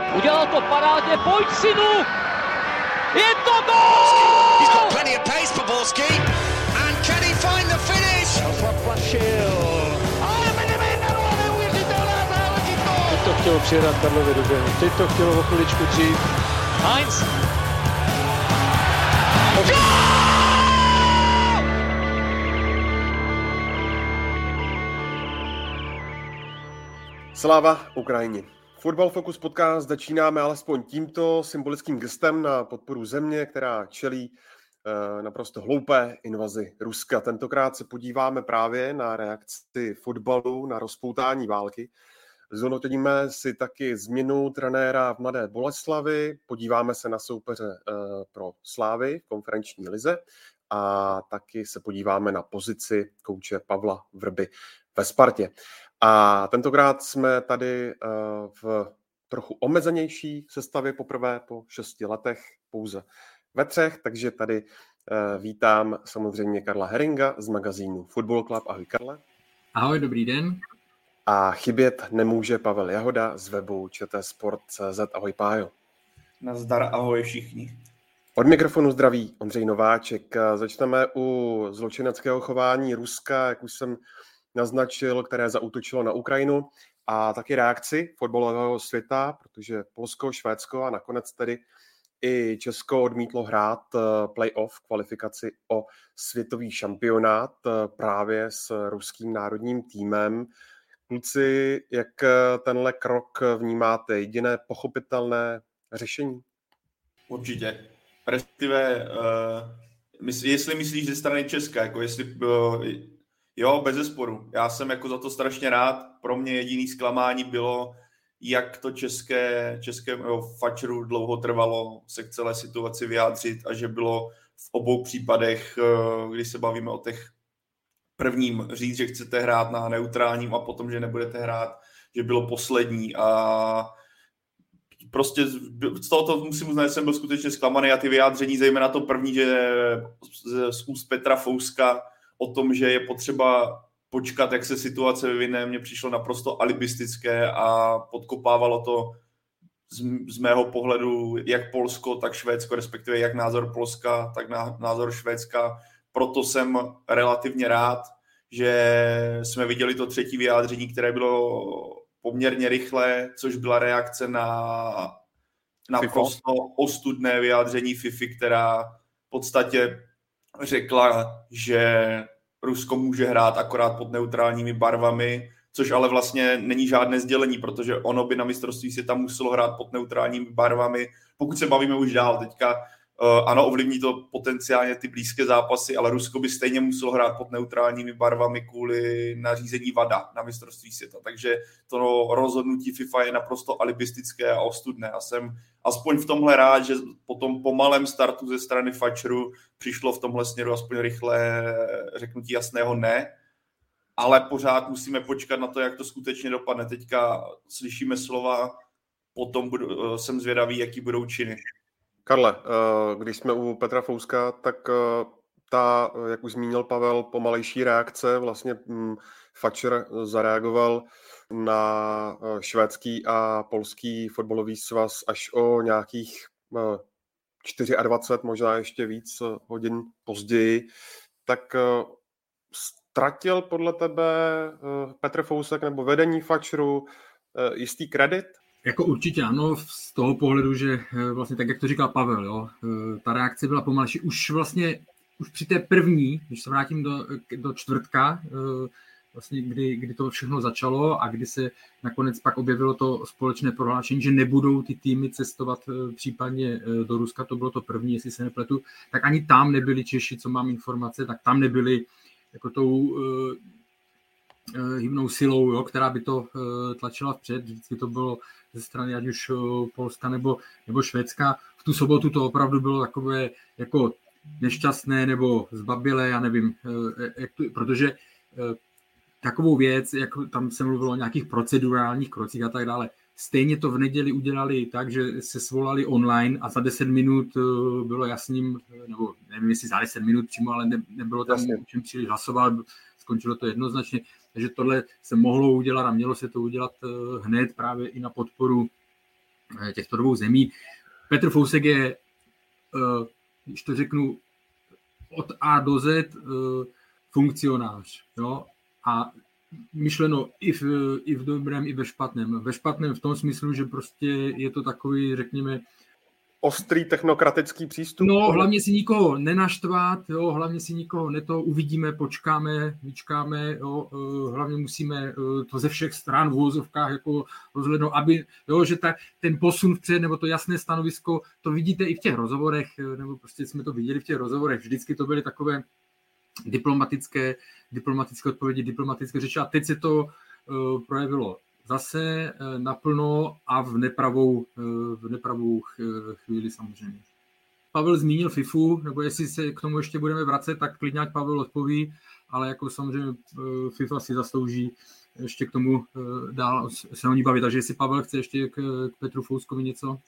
Udělal to parádně, pojď synu! Je to gól! He's got plenty of pace for Borski. And can he find the finish? Ale Medvedev, neuvěřitelná záležitost! Teď to chtělo přijedat Karlově do běhu, teď to chtělo o chviličku dřív. Heinz! Sláva Ukrajině. Football Focus podcast začínáme alespoň tímto symbolickým gestem na podporu země, která čelí naprosto hloupé invazi Ruska. Tentokrát se podíváme právě na reakci fotbalu na rozpoutání války. Zhodnotíme si taky změnu trenéra v Mladé Boleslavi, podíváme se na soupeře pro Slávy v konferenční lize a taky se podíváme na pozici kouče Pavla Vrby ve Spartě. A tentokrát jsme tady v trochu omezenější sestavě poprvé po 6 letech, pouze ve 3, takže tady vítám samozřejmě Karla Heringa z magazínu Football Club. Ahoj Karle. Ahoj, dobrý den. A chybět nemůže Pavel Jahoda z webu čtsport.cz. Ahoj Pájo. Nazdar, ahoj všichni. Od mikrofonu zdraví Ondřej Nováček. Začneme u zločineckého chování Ruska, jak už jsem naznačil, které zaútočilo na Ukrajinu, a taky reakci fotbalového světa, protože Polsko, Švédsko a nakonec tedy i Česko odmítlo hrát playoff kvalifikaci o světový šampionát právě s ruským národním týmem. Kluci, jak tenhle krok vnímáte? Jediné pochopitelné řešení? Určitě. Respektive, jestli myslíš ze strany Česka, jako jestli... Jo, bezesporu. Já jsem jako za to strašně rád. Pro mě jediný zklamání bylo, jak to české fačeru dlouho trvalo se k celé situaci vyjádřit a že bylo v obou případech, když se bavíme o těch prvním, říct, že chcete hrát na neutrálním a potom, že nebudete hrát, že bylo poslední a prostě z tohoto musím uznat, že jsem byl skutečně zklamaný a ty vyjádření, zejména to první, že z úst Petra Fouska o tom, že je potřeba počkat, jak se situace vyvine, mně přišlo naprosto alibistické a podkopávalo to z mého pohledu jak Polsko, tak Švédsko, respektive jak názor Polska, tak názor Švédska. Proto jsem relativně rád, že jsme viděli to třetí vyjádření, které bylo poměrně rychlé, což byla reakce na naprosto ostudné vyjádření FIFA, která v podstatě řekla, že Rusko může hrát akorát pod neutrálními barvami, což ale vlastně není žádné sdělení, protože ono by na mistrovství světa muselo hrát pod neutrálními barvami. Pokud se bavíme už dál teďka, ano, ovlivní to potenciálně ty blízké zápasy, ale Rusko by stejně muselo hrát pod neutrálními barvami kvůli nařízení VADA na mistrovství světa. Takže to rozhodnutí FIFA je naprosto alibistické a ostudné. A jsem aspoň v tomhle rád, že po tom pomalém startu ze strany fačerů přišlo v tomhle směru aspoň rychlé řeknutí jasného ne, ale pořád musíme počkat na to, jak to skutečně dopadne. Teďka slyšíme slova, potom jsem zvědavý, jaký budou činy. Karle, když jsme u Petra Fouska, tak ta, jak už zmínil Pavel, pomalejší reakce, vlastně fačer zareagoval na švédský a polský fotbalový svaz až o nějakých 24, možná ještě víc hodin později, tak ztratil podle tebe Petr Fousek nebo vedení fačeru jistý kredit? Jako určitě ano, z toho pohledu, že vlastně tak, jak to říkal Pavel, jo, ta reakce byla pomalejší. Už při té první, když se vrátím do čtvrtka, vlastně kdy to všechno začalo a kdy se nakonec pak objevilo to společné prohlášení, že nebudou ty týmy cestovat případně do Ruska, to bylo to první, jestli se nepletu, tak ani tam nebyli Češi, co mám informace, tak tam nebyli jako tou hybnou silou, jo, která by to tlačila vpřed. Vždycky to bylo ze strany ať už Polska nebo Švédska. V tu sobotu to opravdu bylo takové jako nešťastné nebo zbabilé, já nevím, protože takovou věc, jak tam se mluvilo o nějakých procedurálních krocích a tak dále, stejně to v neděli udělali tak, že se svolali online a za 10 minut bylo jasným, nebo nevím, jestli za 10 minut přímo, ale nebylo tam o čem příliš hlasovat, skončilo to jednoznačně, takže tohle se mohlo udělat a mělo se to udělat hned právě i na podporu těchto dvou zemí. Petr Fousek je, když to řeknu, od A do Z funkcionář. Jo? A myšleno i v dobrém, i ve špatném. Ve špatném v tom smyslu, že prostě je to takový, řekněme, ostrý technokratický přístup. No, hlavně si nikoho nenaštvat, jo, hlavně si nikoho uvidíme, počkáme, vyčkáme, jo, hlavně musíme to ze všech stran v uvozovkách jako rozhlednout, aby, jo, že ten posun vpřed, nebo to jasné stanovisko, to vidíte i v těch rozhovorech, nebo prostě jsme to viděli v těch rozhovorech, vždycky to byly takové diplomatické odpovědi, diplomatické řeči a teď se to projevilo zase naplno a v nepravou chvíli samozřejmě. Pavel zmínil FIFU, nebo jestli se k tomu ještě budeme vracet, tak klidně ať Pavel odpoví, ale jako samozřejmě FIFA si zaslouží ještě k tomu dál se o ní bavit. Takže jestli Pavel chce ještě k Petru Fouskovi něco?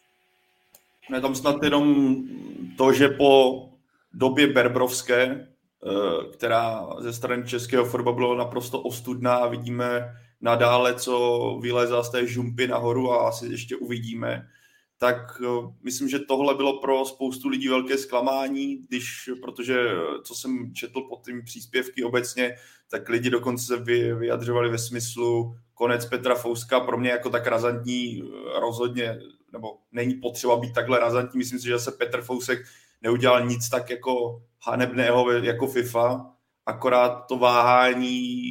Ne, tam snad jenom to, že po době berbrovské, která ze strany českého fotbalu byla naprosto ostudná a vidíme nadále, co vylezá z té žumpy nahoru a asi ještě uvidíme, tak myslím, že tohle bylo pro spoustu lidí velké zklamání, protože co jsem četl pod těmi příspěvky obecně, tak lidi dokonce se vyjadřovali ve smyslu konec Petra Fouska, pro mě jako tak razantní rozhodně, nebo není potřeba být takhle razantní, myslím si, že se Petr Fousek neudělal nic tak jako hanebného jako FIFA, akorát to váhání,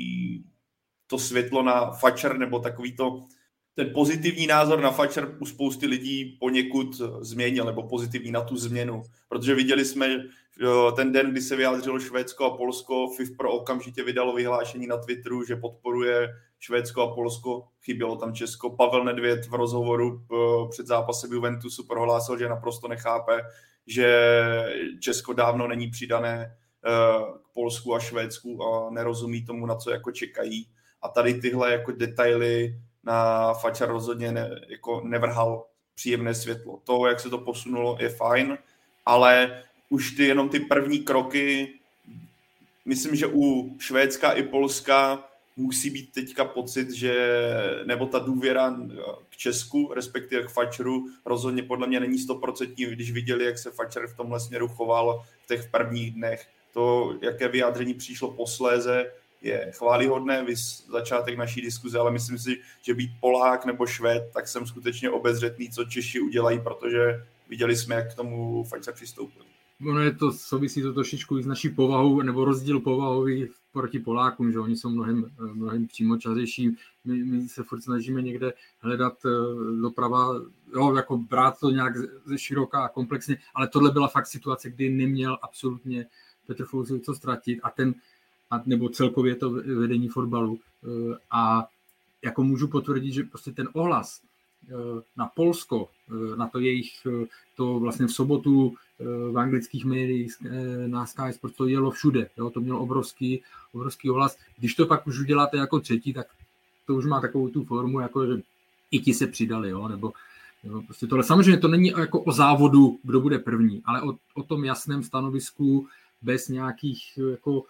to světlo na Fatcher, nebo ten pozitivní názor na Fatcher u spousty lidí poněkud změnil, nebo pozitivní na tu změnu. Protože viděli jsme ten den, kdy se vyjádřilo Švédsko a Polsko, FIFPro okamžitě vydalo vyhlášení na Twitteru, že podporuje Švédsko a Polsko, chybělo tam Česko. Pavel Nedvěd v rozhovoru před zápasem Juventusu prohlásil, že naprosto nechápe, že Česko dávno není přidané k Polsku a Švédsku a nerozumí tomu, na co jako čekají. A tady tyhle jako detaily na Fatcher rozhodně nevrhal příjemné světlo. To, jak se to posunulo, je fajn, ale už jenom ty první kroky, myslím, že u Švédska i Polska musí být teďka pocit, že nebo ta důvěra k Česku, respektive k Fatcheru, rozhodně podle mě není 100%, když viděli, jak se Fatcher v tomhle směru choval v těch prvních dnech. To, jaké vyjádření přišlo posléze, je chválihodné, začátek naší diskuze, ale myslím si, že být Polák nebo Švéd, tak jsem skutečně obezřetný, co Češi udělají, protože viděli jsme, jak k tomu Fatcher přistoupil. Ono je to, souvisí to trošičku i s naší povahou, nebo rozdíl povahový proti Polákům, že oni jsou mnohem přímočařejší. My se furt snažíme někde hledat doprava, jo, jako brát to nějak ze široká a komplexně, ale tohle byla fakt situace, kdy neměl absolutně Petr Fousek co ztratit nebo celkově to vedení fotbalu. A jako můžu potvrdit, že prostě ten ohlas na Polsko, na to jejich, to vlastně v sobotu v anglických médiích na Sky Sports to jelo všude, jo, to mělo obrovský ohlas. Když to pak už uděláte jako třetí, tak to už má takovou tu formu, jako že i ti se přidali, jo, nebo prostě tohle. Samozřejmě to není jako o závodu, kdo bude první, ale o tom jasném stanovisku bez nějakých jako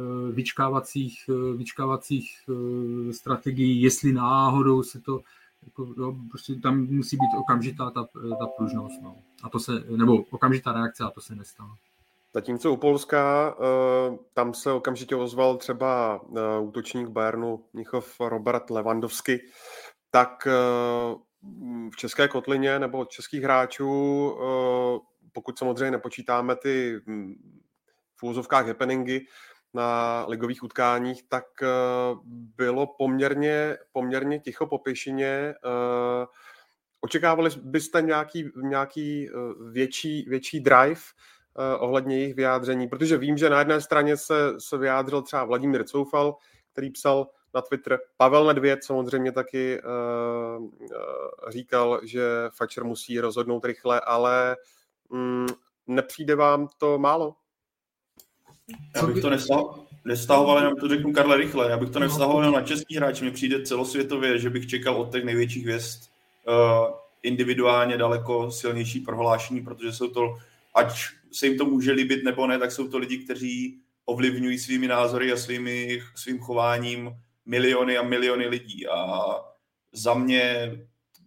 vyčkávacích strategií, jestli náhodou se to jako, jo, prostě tam musí být okamžitá ta pružnost, no. A to se, nebo okamžitá reakce, a to se nestalo. Zatímco u Polska, tam se okamžitě ozval třeba útočník Bayernu Mnichov Robert Lewandowski, tak v české kotlině nebo od českých hráčů, pokud samozřejmě nepočítáme ty v úvozovkách happeningy na ligových utkáních, tak bylo poměrně ticho po pěšině. Očekávali byste nějaký větší drive ohledně jejich vyjádření? Protože vím, že na jedné straně se vyjádřil třeba Vladimír Coufal, který psal na Twitter. Pavel Nedvěd samozřejmě taky říkal, že Fatcher musí rozhodnout rychle, ale nepřijde vám to málo? Já bych to nevztahoval, jenom to řeknu Karle rychle, já bych to nevztahoval jenom na český hráč, mně přijde celosvětově, že bych čekal od těch největších hvězd individuálně daleko silnější prohlášení, protože jsou to, ať se jim to může líbit nebo ne, tak jsou to lidi, kteří ovlivňují svými názory a svým chováním miliony a miliony lidí. A za mě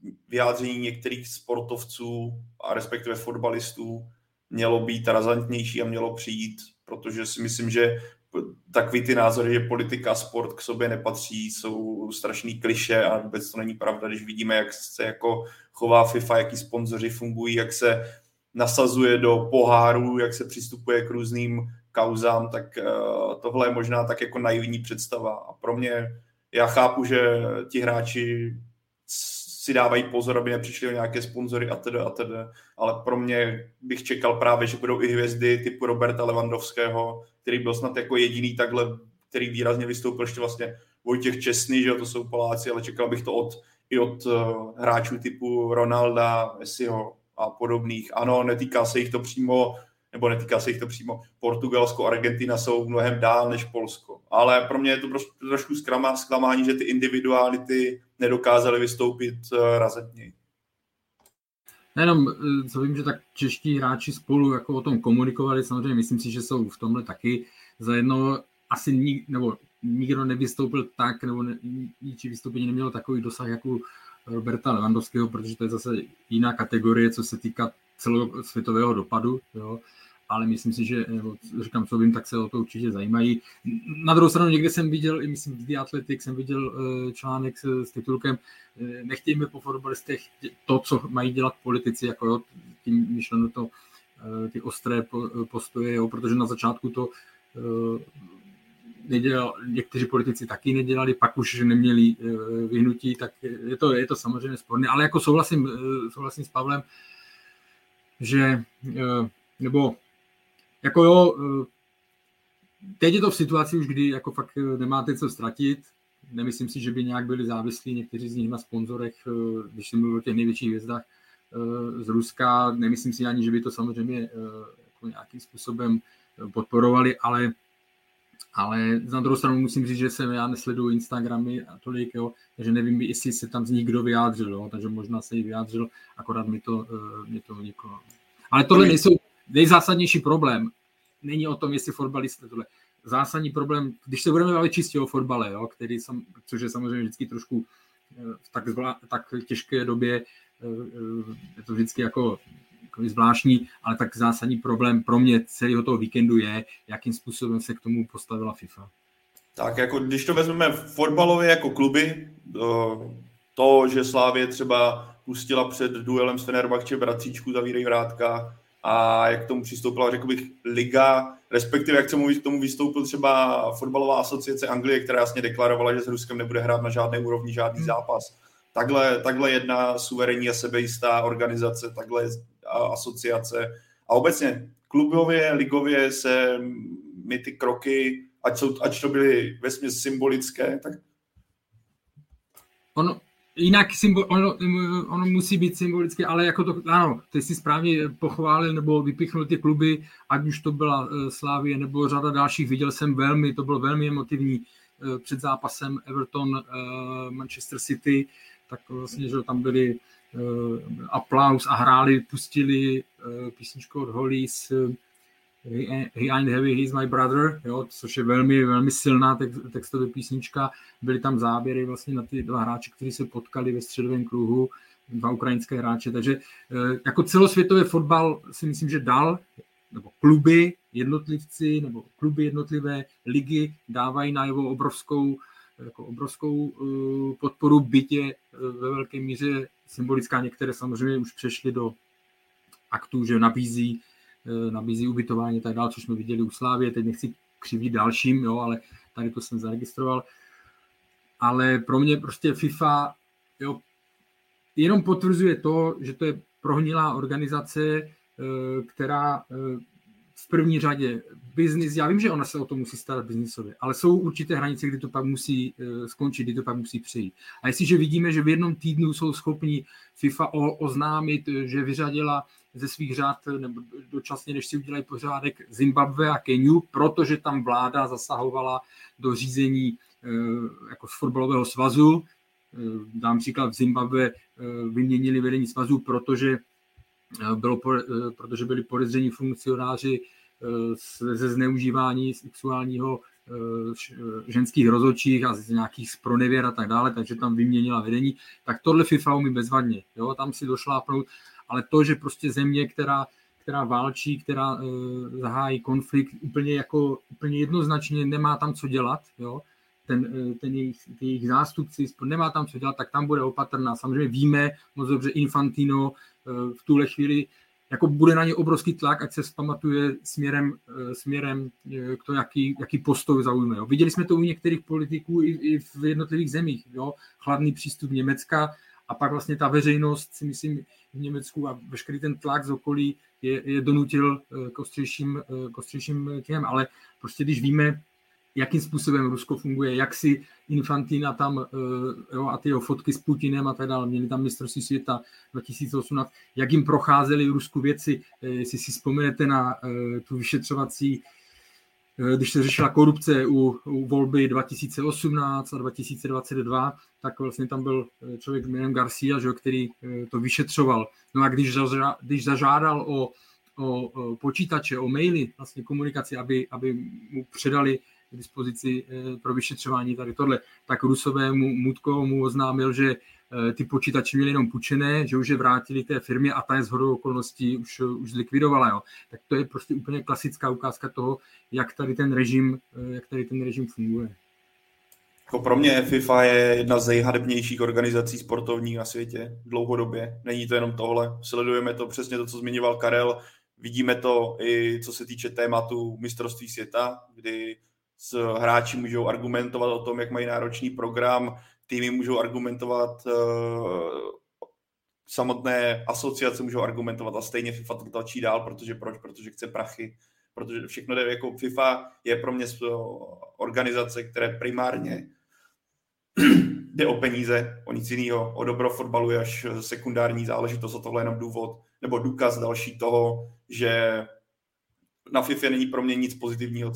vyjádření některých sportovců a respektive fotbalistů mělo být razantnější a mělo přijít, protože si myslím, že takový ty názory, že politika a sport k sobě nepatří, jsou strašný klišé a vůbec to není pravda, když vidíme, jak se jako chová FIFA, jaký sponzoři fungují, jak se nasazuje do poháru, jak se přistupuje k různým kauzám, tak tohle je možná tak jako naivní představa. A pro mě, já chápu, že ti hráči si dávají pozor, aby nepřišli o nějaké sponzory atd., ale pro mě bych čekal právě, že budou i hvězdy typu Roberta Lewandowského, který byl snad jako jediný takhle, který výrazně vystoupil, ještě vlastně Vojtěch Čestný, že jo, to jsou Poláci, ale čekal bych to i od hráčů typu Ronalda, Messiho a podobných. Ano, netýká se jich to přímo, Portugalsko, Argentina jsou mnohem dál než Polsko. Ale pro mě je to trošku zklamání, že ty individuality nedokázaly vystoupit razantněji. Nejenom, co vím, že tak čeští hráči spolu jako o tom komunikovali, samozřejmě myslím si, že jsou v tomhle taky zajedno, asi nikdo nevystoupil tak, nebo ničí vystoupení nemělo takový dosah jako Roberta Lewandowského, protože to je zase jiná kategorie, co se týká celosvětového dopadu, jo. Ale myslím si, že, říkám, co vím, tak se o to určitě zajímají. Na druhou stranu někde jsem viděl, i myslím v The Athletic jsem viděl článek s titulkem nechtějme po fotbalistech to, co mají dělat politici, jako jo, tím myšleno to, ty ostré postoje, jo, protože na začátku to někteří politici taky nedělali, pak už neměli vyhnutí, tak je to samozřejmě sporné, ale jako souhlasím s Pavlem, že nebo jako jo, teď je to v situaci už, kdy jako fakt nemáte co ztratit. Nemyslím si, že by nějak byli závislí někteří z nich na sponzorech, když jsem mluvil o těch největších hvězdách z Ruska. Nemyslím si ani, že by to samozřejmě jako nějakým způsobem podporovali, ale na druhou stranu musím říct, že já nesleduju Instagramy a tolik, jo, takže nevím, jestli se tam z nich kdo vyjádřil, jo, takže možná se jí vyjádřil, akorát mi to uniklo. Ale tohle nejsou nejzásadnější problém. Není o tom, jestli fotbalista tohle. Zásadní problém, když se budeme bavit čistě o fotbale, jo, což je samozřejmě vždycky trošku v tak těžké době, je to vždycky jako zvláštní, ale tak zásadní problém pro mě celého toho víkendu je, jakým způsobem se k tomu postavila FIFA. Tak jako když to vezmeme fotbalově jako kluby, to, že Slavie třeba pustila před duelem s Fenerbahče bratříčku zavírají vrátka a jak k tomu přistoupila, řekl bych, liga, respektive jak k tomu vystoupil třeba fotbalová asociace Anglie, která jasně deklarovala, že s Ruskem nebude hrát na žádné úrovni žádný zápas. Takhle jedna suverénní a sebejistá organizace, takhle asociace. A obecně klubově, ligově se mi ty kroky, ať to byly vesměs symbolické, tak... Ono musí být symbolické, ale jako to, ano, ty jsi správně pochválil nebo vypichnul ty kluby, ať už to byla Slavie nebo řada dalších, viděl jsem to bylo velmi emotivní před zápasem Everton, Manchester City, tak vlastně, že tam byli aplaus a pustili písničku od Hollies He ain't heavy, he's my brother, jo, což je velmi, velmi silná textová písnička. Byly tam záběry vlastně na ty dva hráče, kteří se potkali ve středovém kruhu, dva ukrajinské hráče, takže jako celosvětový fotbal si myslím, že dal, nebo kluby, jednotlivci, nebo kluby jednotlivé ligy dávají najevo obrovskou podporu, bytě ve velké míře symbolická, některé samozřejmě už přešly do aktů, že nabízí ubytování a tak dále, což jsme viděli u Slavie, teď nechci křivit dalším, jo, ale tady to jsem zaregistroval. Ale pro mě prostě FIFA jenom potvrzuje to, že to je prohnilá organizace, která v první řadě biznis, já vím, že ona se o to musí starat biznisově, ale jsou určité hranice, kdy to pak musí skončit, kdy to pak musí přejít. A jestliže vidíme, že v jednom týdnu jsou schopni FIFA oznámit, že vyřadila ze svých řád nebo dočasně, než si udělají pořádek Zimbabwe a Keniu, protože tam vláda zasahovala do řízení jako z fotbalového svazu. Dám příklad, v Zimbabwe vyměnili vedení svazu, protože byli podezření funkcionáři ze zneužívání sexuálního ženských rozhodčích a z nějakých zpronevěr a tak dále, takže tam vyměnila vedení, tak tohle FIFA umí bezvadně, jo, tam si došlápnout, ale to, že prostě země, která válčí, která zahájí konflikt, úplně jednoznačně nemá tam co dělat, jo, ten jejich zástupci nemá tam co dělat, tak tam bude opatrná. Samozřejmě víme moc dobře, Infantino v tuhle chvíli jako bude na ně obrovský tlak, ať se vzpamatuje směrem k to, jaký postoj zaujme. Jo. Viděli jsme to u některých politiků i v jednotlivých zemích. Jo. Chladný přístup Německa a pak vlastně ta veřejnost, si myslím, v Německu a veškerý ten tlak z okolí je donutil k ostřejším těm, ale prostě když víme, jakým způsobem Rusko funguje, jak si Infantina tam jo, a ty jeho fotky s Putinem a tak dále, měli tam mistrovství světa 2018, jak jim procházely Rusku věci, jestli si vzpomenete na tu vyšetřovací, když se řešila korupce u volby 2018 a 2022, tak vlastně tam byl člověk jménem Garcia, že, který to vyšetřoval. No a když zažádal o počítače, o maily, vlastně komunikaci, aby mu předali k dispozici pro vyšetřování tady tohle, tak Rusové mu oznámil, že ty počítače měly jenom půjčené, že už je vrátili té firmě a ta je shodou okolností už zlikvidovala. Jo. Tak to je prostě úplně klasická ukázka toho, jak tady ten režim funguje. Jako pro mě FIFA je jedna z nejhadebnějších organizací sportovních na světě dlouhodobě. Není to jenom tohle. Sledujeme to přesně to, co zmiňoval Karel. Vidíme to i co se týče tématu mistrovství světa, kdy hráči můžou argumentovat o tom, jak mají náročný program, týmy můžou argumentovat, samotné asociace můžou argumentovat a stejně FIFA to tlačí dál, protože chce prachy, protože všechno jde, jako FIFA je pro mě organizace, které primárně jde o peníze, o nic jiného, o dobro fotbalu je až sekundární záležitost, a tohle je jenom důvod, nebo důkaz další toho, že na FIFA není pro mě nic pozitivního,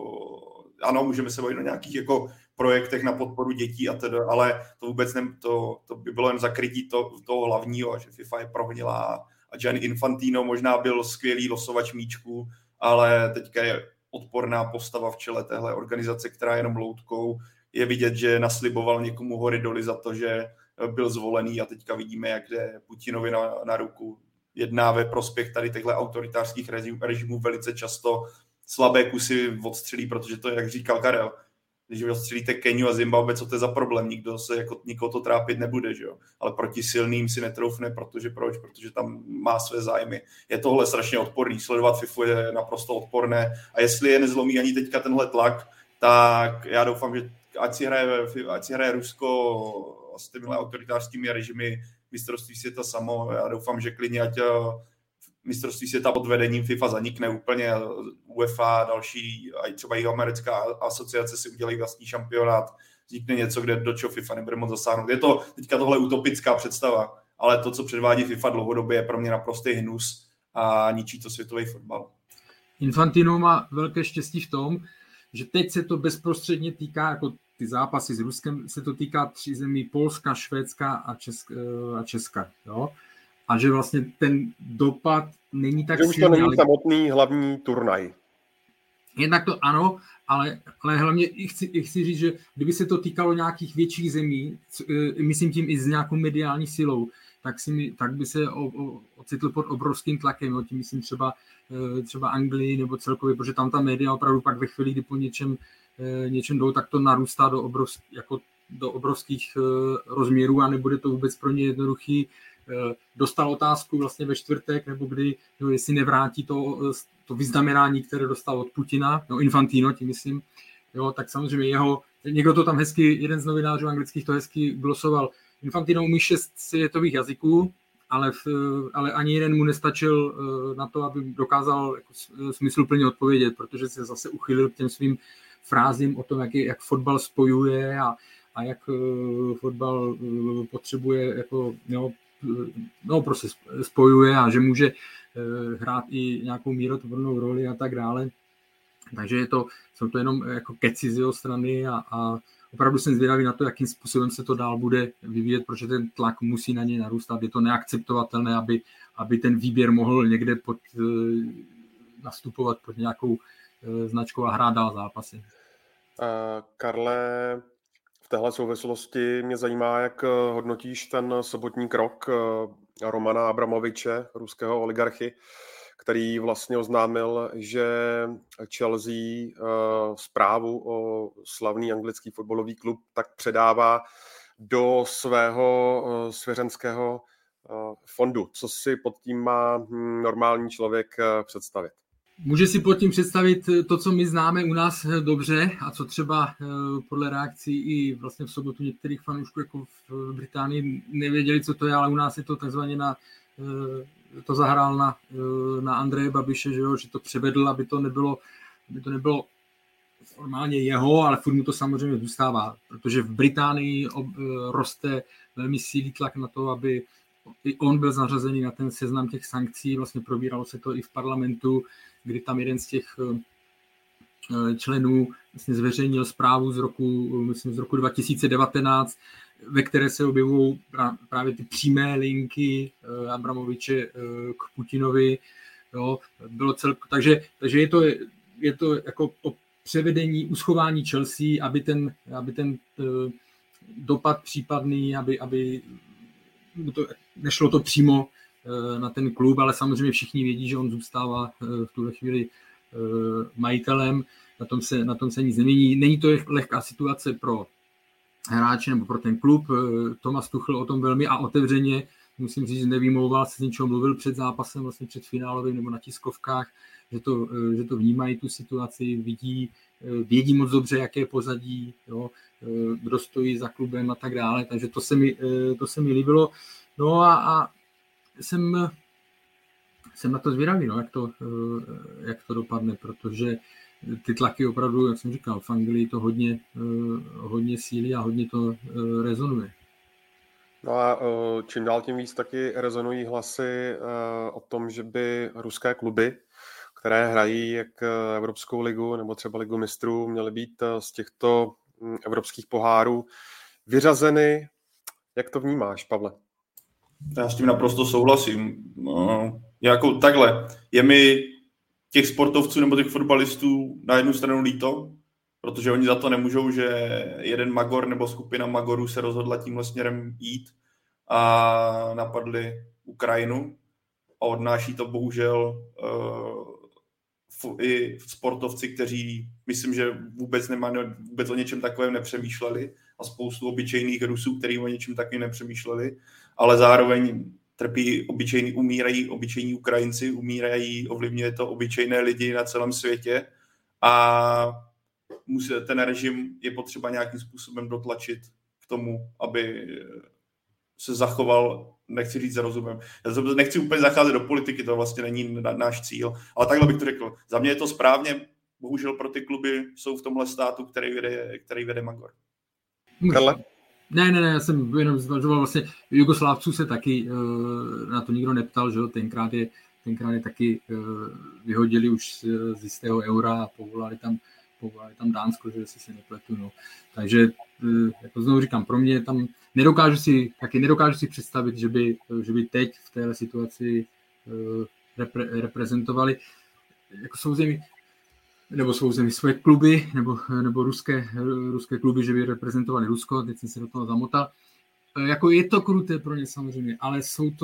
ano, můžeme se bavit o nějakých jako projektech na podporu dětí a teda, ale to vůbec to by bylo jen zakrytí toho hlavního, že FIFA je prohnilá a Gianni Infantino možná byl skvělý losovač míčků, ale teďka je odporná postava v čele téhle organizace, která je jenom loutkou. Je vidět, že nasliboval někomu hory doly za to, že byl zvolený a teďka vidíme, jak jde Putinovi na ruku. Jedná ve prospěch tady těchto autoritářských režimů velice často slabé kusy odstřelí, protože to, jak říkal Karel, když odstřelíte Keniu a Zimbabwe, co to je za problém? Nikoho to trápit nebude, že jo? Ale proti silným si netroufne, protože tam má své zájmy. Je tohle strašně odporný, sledovat FIFU je naprosto odporné a jestli je nezlomí ani teďka tenhle tlak, tak já doufám, že ať si hraje Rusko s těmihle autoritářskými režimy mistrovství světa samo, já doufám, že klidně ať mistrovství světa pod vedením FIFA zanikne úplně, UEFA a další, a třeba i americká asociace si udělají vlastní šampionát, vznikne něco, do čeho FIFA nebude moc zasáhnout. Je to teďka tohle utopická představa, ale to, co předvádí FIFA dlouhodobě, je pro mě naprostý hnus a ničí to světový fotbal. Infantino má velké štěstí v tom, že teď se to bezprostředně týká, jako ty zápasy s Ruskem, se to týká 3 zemí, Polska, Švédska a Česka. Jo? A že vlastně ten dopad není tak silný. Že už to není samotný hlavní turnaj. Jednak to ano, ale hlavně chci říct, že kdyby se to týkalo nějakých větších zemí, myslím tím i s nějakou mediální silou, tak by se ocitl pod obrovským tlakem. Jo? Tím myslím třeba Anglii nebo celkově, protože tam ta média opravdu pak ve chvíli, kdy po něčem jdou, tak to narůstá do obrovských rozměrů a nebude to vůbec pro ně jednoduchý. Dostal otázku vlastně ve čtvrtek, nebo kdy, jestli nevrátí to vyznamenání, které dostal od Putina, Infantino, tím myslím, jo, tak samozřejmě někdo to tam hezky, jeden z novinářů anglických to hezky glosoval. Infantino umí 6 světových jazyků, ale ani jeden mu nestačil na to, aby dokázal jako smysluplně odpovědět, protože se zase uchylil k těm svým frázím o tom, jak fotbal spojuje a jak fotbal potřebuje jako, prostě spojuje a že může hrát i nějakou mírotvornou roli a tak dále. Takže jsou to jenom jako keci z jeho strany a opravdu jsem zvědavý na to, jakým způsobem se to dál bude vyvíjet, protože ten tlak musí na něj narůstat. Je to neakceptovatelné, aby ten výběr mohl někde nastupovat pod nějakou značkou a hrát dál zápasy. Karle, v téhle souvislosti mě zajímá, jak hodnotíš ten sobotní krok Romana Abramoviče, ruského oligarchy, který vlastně oznámil, že Chelsea zprávu o slavný anglický fotbalový klub tak předává do svého svěřenského fondu. Co si pod tím má normální člověk představit? Může si pod tím představit to, co my známe u nás dobře a co třeba podle reakcí i vlastně v sobotu některých fanoušků jako v Británii nevěděli, co to je, ale u nás je to takzvaně to zahrál na Andreje Babiše, že to převedl, aby to nebylo formálně jeho, ale furt mu to samozřejmě zůstává, protože v Británii roste velmi silný tlak na to, aby i on byl zařazený na ten seznam těch sankcí, vlastně probíralo se to i v parlamentu, kdy tam jeden z těch členů vlastně zveřejnil zprávu z roku 2019, ve které se objevují právě ty přímé linky Abramoviče k Putinovi. Jo. Takže je to jako o převedení, uschování Chelsea, aby ten dopad případný, aby nešlo to přímo na ten klub, ale samozřejmě všichni vědí, že on zůstává v tuhle chvíli majitelem, na tom se nic nemění. Není to lehká situace pro hráče nebo pro ten klub. Thomas Tuchel o tom velmi a otevřeně, musím říct, nevymlouval se, z něčeho mluvil před zápasem, vlastně před finálovým nebo na tiskovkách, že to vnímají tu situaci, vědí moc dobře, jaké je pozadí, jo, kdo stojí za klubem a tak dále, takže to se mi líbilo. No a jsem na to zvědavý, no, jak to dopadne, protože ty tlaky opravdu, jak jsem říkal, v Anglii to hodně sílí a hodně to rezonuje. No a čím dál tím víc taky rezonují hlasy o tom, že by ruské kluby, které hrají jak Evropskou ligu nebo třeba Ligu mistrů, měly být z těchto evropských pohárů vyřazeny. Jak to vnímáš, Pavle? Já s tím naprosto souhlasím. Jako takhle, je mi těch sportovců nebo těch fotbalistů na jednu stranu líto, protože oni za to nemůžou, že jeden magor nebo skupina magorů se rozhodla tímhle směrem jít a napadli Ukrajinu a odnáší to bohužel i sportovci, kteří myslím, že vůbec o něčem takovém nepřemýšleli a spoustu obyčejných Rusů, kteří o něčem takovém nepřemýšleli, ale zároveň umírají obyčejní Ukrajinci, ovlivňuje to obyčejné lidi na celém světě a ten režim je potřeba nějakým způsobem dotlačit k tomu, aby se zachoval, nechci říct rozumem. Já nechci úplně zacházet do politiky, to vlastně není náš cíl, ale takhle bych to řekl. Za mě je to správně, bohužel pro ty kluby jsou v tomhle státu, který vede magor. Karle? Ne, já jsem jenom zvažoval, vlastně Jugoslávců se taky na to nikdo neptal, že jo, tenkrát je taky vyhodili už z jistého eura a povolali tam Dánsko, že si se nepletu, no. Takže, jako znovu říkám, pro mě tam nedokážu si představit, že by teď v téhle situaci reprezentovali jako souzemí své kluby, nebo ruské kluby, že by reprezentovali Rusko, teď jsem se do toho zamotal. Jako je to kruté pro ně samozřejmě, ale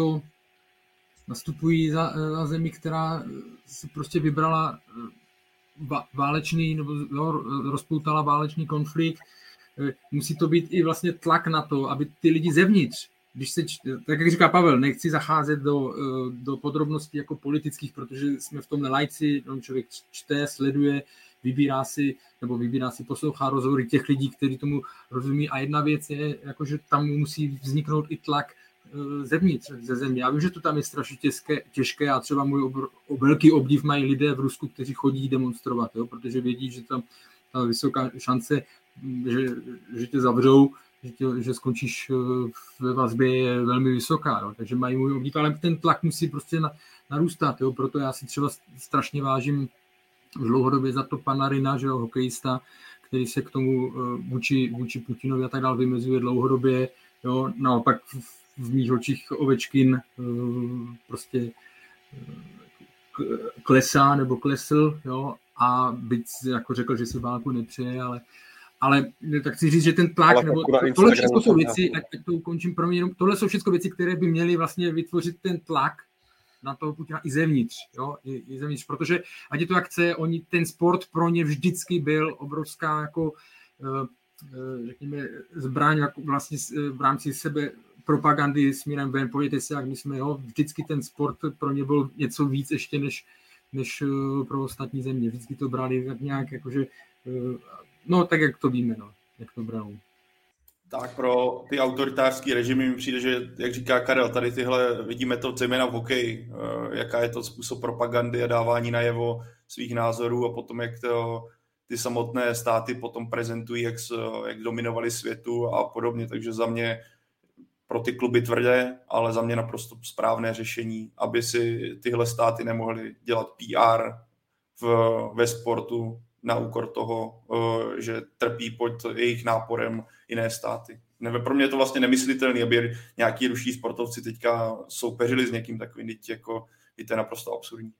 nastupují za zemi, která si prostě vybrala válečný, nebo rozpoutala válečný konflikt. Musí to být i vlastně tlak na to, aby ty lidi zevnitř, tak jak říká Pavel, nechci zacházet do podrobností jako politických, protože jsme v tom lajci, člověk čte, sleduje, vybírá si, poslouchá rozhovory těch lidí, kteří tomu rozumí, a jedna věc je, jako, že tam musí vzniknout i tlak zevnitř, ze země. Já vím, že to tam je strašně těžké a třeba můj velký obdiv mají lidé v Rusku, kteří chodí demonstrovat, jo, protože vědí, že tam ta vysoká šance, že tě zavřou, že skončíš ve vazbě, je velmi vysoká. Jo. Takže mají můj obdiv, ale ten tlak musí prostě narůstat. Jo. Proto já si třeba strašně vážím dlouhodobě za to pana Rina, že jo, hokejista, který se k tomu vůči Putinovi a tak dále vymezuje dlouhodobě. Jo. Naopak v mých očích Ovečkin prostě klesá nebo klesl, jo, a byť jako řekl, že si válku nepřeje, ale tak chci říct, že ten tlak, nebo tohle všechno jsou věci, ať to ukončím, pro mě, tohle jsou všechno věci, které by měly vlastně vytvořit ten tlak na toho Putina i zevnitř, jo? I zevnitř, protože ať je to jak chce, ten sport pro ně vždycky byl obrovská jako řekněme zbraň jako vlastně v rámci sebe propagandy směrem ven, pojďte se, jak my jsme, jo? Vždycky ten sport pro ně byl něco víc ještě než pro ostatní země. Vždycky to brali tak nějak jakože no, tak jak to víme, no, jak to bralo. Tak pro ty autoritářský režimy mi přijde, že, jak říká Karel, tady tyhle, vidíme to zejména v hokeji, jaká je to způsob propagandy a dávání najevo svých názorů a potom, jak to ty samotné státy potom prezentují, jak dominovali světu a podobně. Takže za mě pro ty kluby tvrdé, ale za mě naprosto správné řešení, aby si tyhle státy nemohly dělat PR ve sportu na úkor toho, že trpí pod jejich náporem jiné státy. Pro mě je to vlastně nemyslitelné, aby nějaký ruští sportovci teďka soupeřili s někým takovým, jako je to naprosto absurdní.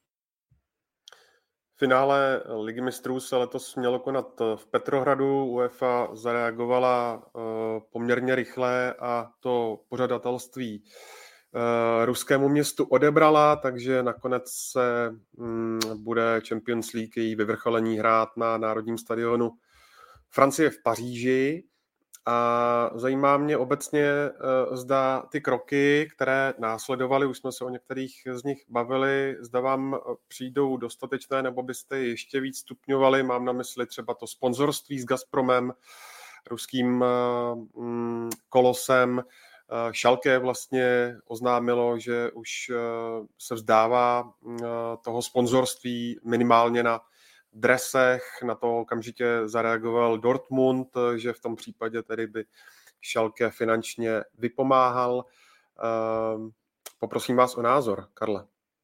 Finále Ligy mistrů se letos mělo konat v Petrohradu. UEFA zareagovala poměrně rychle a to pořadatelství ruskému městu odebrala, takže nakonec se bude Champions League její vyvrcholení hrát na národním stadionu Francie v Paříži. A zajímá mě obecně, zda ty kroky, které následovaly, už jsme se o některých z nich bavili, zda vám přijdou dostatečné, nebo byste ještě víc stupňovali. Mám na mysli třeba to sponzorství s Gazpromem, ruským kolosem. Schalke vlastně oznámilo, že už se vzdává toho sponzorství minimálně na dresech, na to okamžitě zareagoval Dortmund, že v tom případě tedy by Schalke finančně vypomáhal. Poprosím vás o názor, Karle.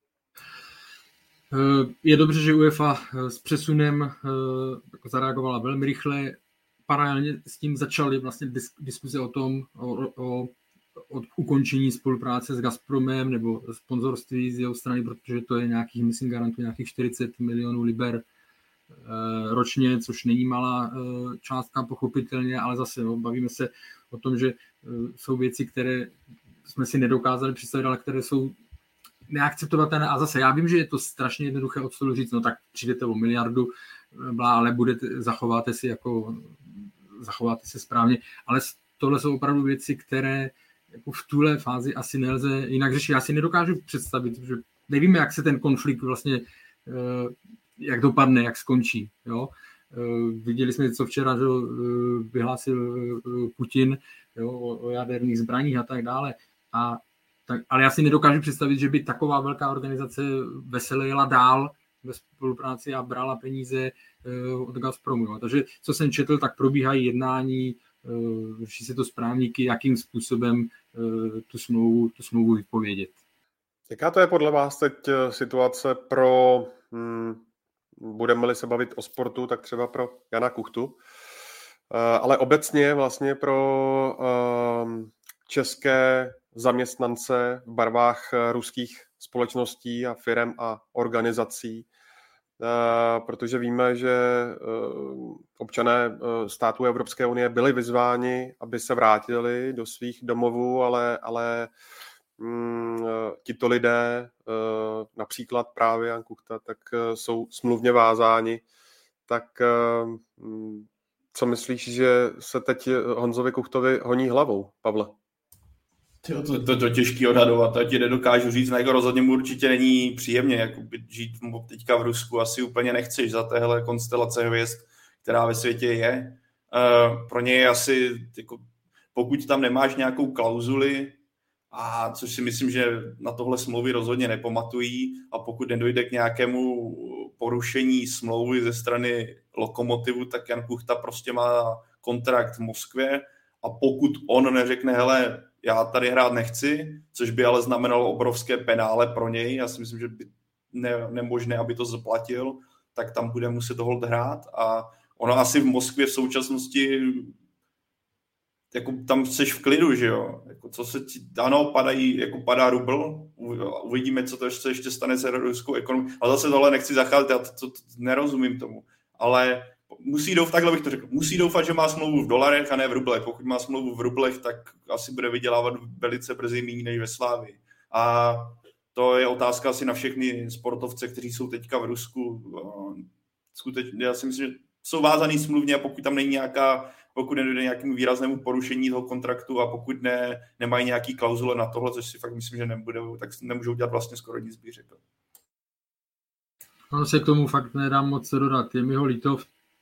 Je dobře, že UEFA s přesunem zareagovala velmi rychle. Paralelně s tím začaly vlastně diskuze o tom, o ukončení spolupráce s Gazpromem nebo sponzorství z jeho strany, protože to je nějakých, myslím, garantuje nějakých 40 milionů liber ročně, což není malá částka pochopitelně, ale zase bavíme se o tom, že jsou věci, které jsme si nedokázali představit, ale které jsou neakceptovatelné. A zase já vím, že je to strašně jednoduché od stolu říct, no tak přijdete o miliardu, ale zachováte se správně, ale tohle jsou opravdu věci, které jako v tuhle fázi asi nelze jinak řešit. Já si nedokážu představit, že nevíme, jak se ten konflikt vlastně jak dopadne, jak skončí. Jo? Viděli jsme, co včera vyhlásil Putin, jo, o jaderných zbraních a tak dále. Ale já si nedokážu představit, že by taková velká organizace veselé jela dál ve spolupráci a brala peníze od Gazpromu. Jo. Takže co jsem četl, tak probíhají jednání, řeší se to s právníky, jakým způsobem tu smlouvu vypovědět. Jaká to je podle vás teď situace pro, budeme-li se bavit o sportu, tak třeba pro Jana Kuchtu, ale obecně vlastně pro české zaměstnance v barvách ruských společností a firem a organizací, protože víme, že občané států Evropské unie byli vyzváni, aby se vrátili do svých domovů, ale tito lidé, například právě Jan Kuchta, tak jsou smluvně vázáni. Tak co myslíš, že se teď Honzovi Kuchtovi honí hlavou, Pavle? To těžký odhadovat, to ti nedokážu říct, jako rozhodně mu určitě není příjemně, jako žít teďka v Rusku asi úplně nechceš za téhle konstelace hvězd, která ve světě je. Pro ně je asi, jako, pokud tam nemáš nějakou klauzuli, a což si myslím, že na tohle smlouvy rozhodně nepamatují, a pokud nedojde k nějakému porušení smlouvy ze strany Lokomotivu, tak Jan Kuchta prostě má kontrakt v Moskvě, a pokud on neřekne, hele, já tady hrát nechci, což by ale znamenalo obrovské penále pro něj, já si myslím, že by nemožné, aby to zaplatil, tak tam bude muset hold hrát. A ono asi v Moskvě v současnosti jako tam jsi v klidu, že jo? Jako ano, padá rubl, uvidíme, co to ještě stane se ruskou ekonomikou, ale zase tohle nechci zacházet, já to nerozumím tomu, ale musí doufat, že má smlouvu v dolarech a ne v rublech. Pokud má smlouvu v rublech, tak asi bude vydělávat velice brzy méně než ve Slávii. A to je otázka asi na všechny sportovce, kteří jsou teďka v Rusku. Skutečně, já si myslím, že jsou vázaný smluvně a pokud tam není pokud nedojde nějakému výraznému porušení toho kontraktu a pokud nemají nějaký klauzule na tohle, což si fakt myslím, že nebudou, tak nemůžou dělat vlastně skoro nic, bych řekl. Ono se k tomu fakt nedám moc dodat. Je mi ho líto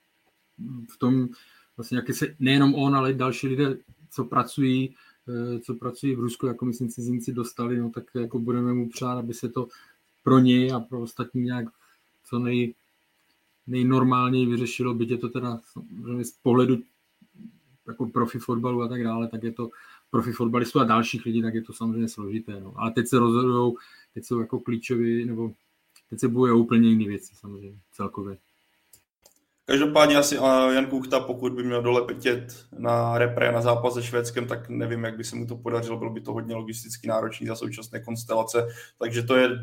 v tom, vlastně jak se nejenom on, ale i další lidé, co pracují v Rusku, jako myslím cizinci dostali, no tak jako budeme mu přát, aby se to pro něj a pro ostatní nějak co nejnormálněji vyřešilo, byť je to teda z pohledu jako profi fotbalu a tak dále, tak je to profi fotbalistů a dalších lidí, tak je to samozřejmě složité. No. Ale teď se rozhodujou, teď jsou jako klíčoví, nebo teď se bojuje úplně jiné věci samozřejmě celkově. Každopádně asi Jan Kuchta, pokud by měl doletět na repre na zápas se Švédskem, tak nevím, jak by se mu to podařilo, bylo by to hodně logisticky náročný za současné konstelace, takže to je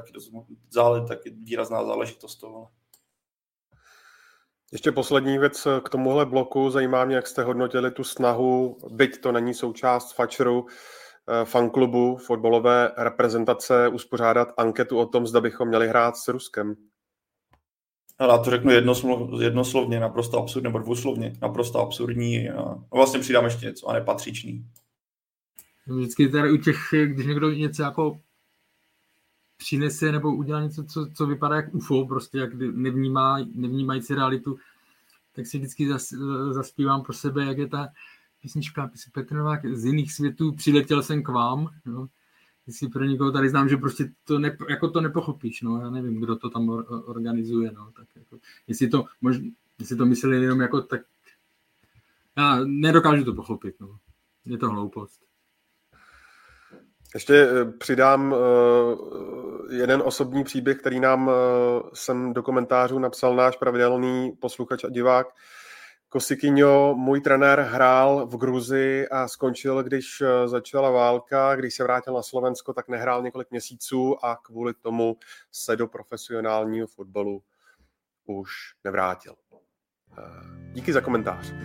taky výrazná záležitost toho. Ještě poslední věc k tomuhle bloku. Zajímá mě, jak jste hodnotili tu snahu, byť to není součást Fatscheru, fanklubu fotbalové reprezentace, uspořádat anketu o tom, zda bychom měli hrát s Ruskem. Já to řeknu jednoslovně, naprosto absurdní, nebo dvouslovně, naprosto absurdní a vlastně přidám ještě něco a nepatřičný. Vždycky tady u těch, když někdo něco jako přinese nebo udělá něco, co vypadá jak UFO, prostě jak nevnímající realitu, tak si vždycky zaspívám pro sebe, jak je ta písnička Petr Novák z jiných světů, přiletěl jsem k vám, no. Jestli pro někoho tady znám, že prostě to nepochopíš, no, já nevím, kdo to tam organizuje, no, tak jako, jestli to mysleli jenom jako tak, já nedokážu to pochopit, no, je to hloupost. Ještě přidám jeden osobní příběh, který nám sem do komentářů napsal náš pravidelný posluchač a divák. Kosikyňo, můj trenér, hrál v Gruzii a skončil, když začala válka. Když se vrátil na Slovensko, tak nehrál několik měsíců a kvůli tomu se do profesionálního fotbalu už nevrátil. Díky za komentář.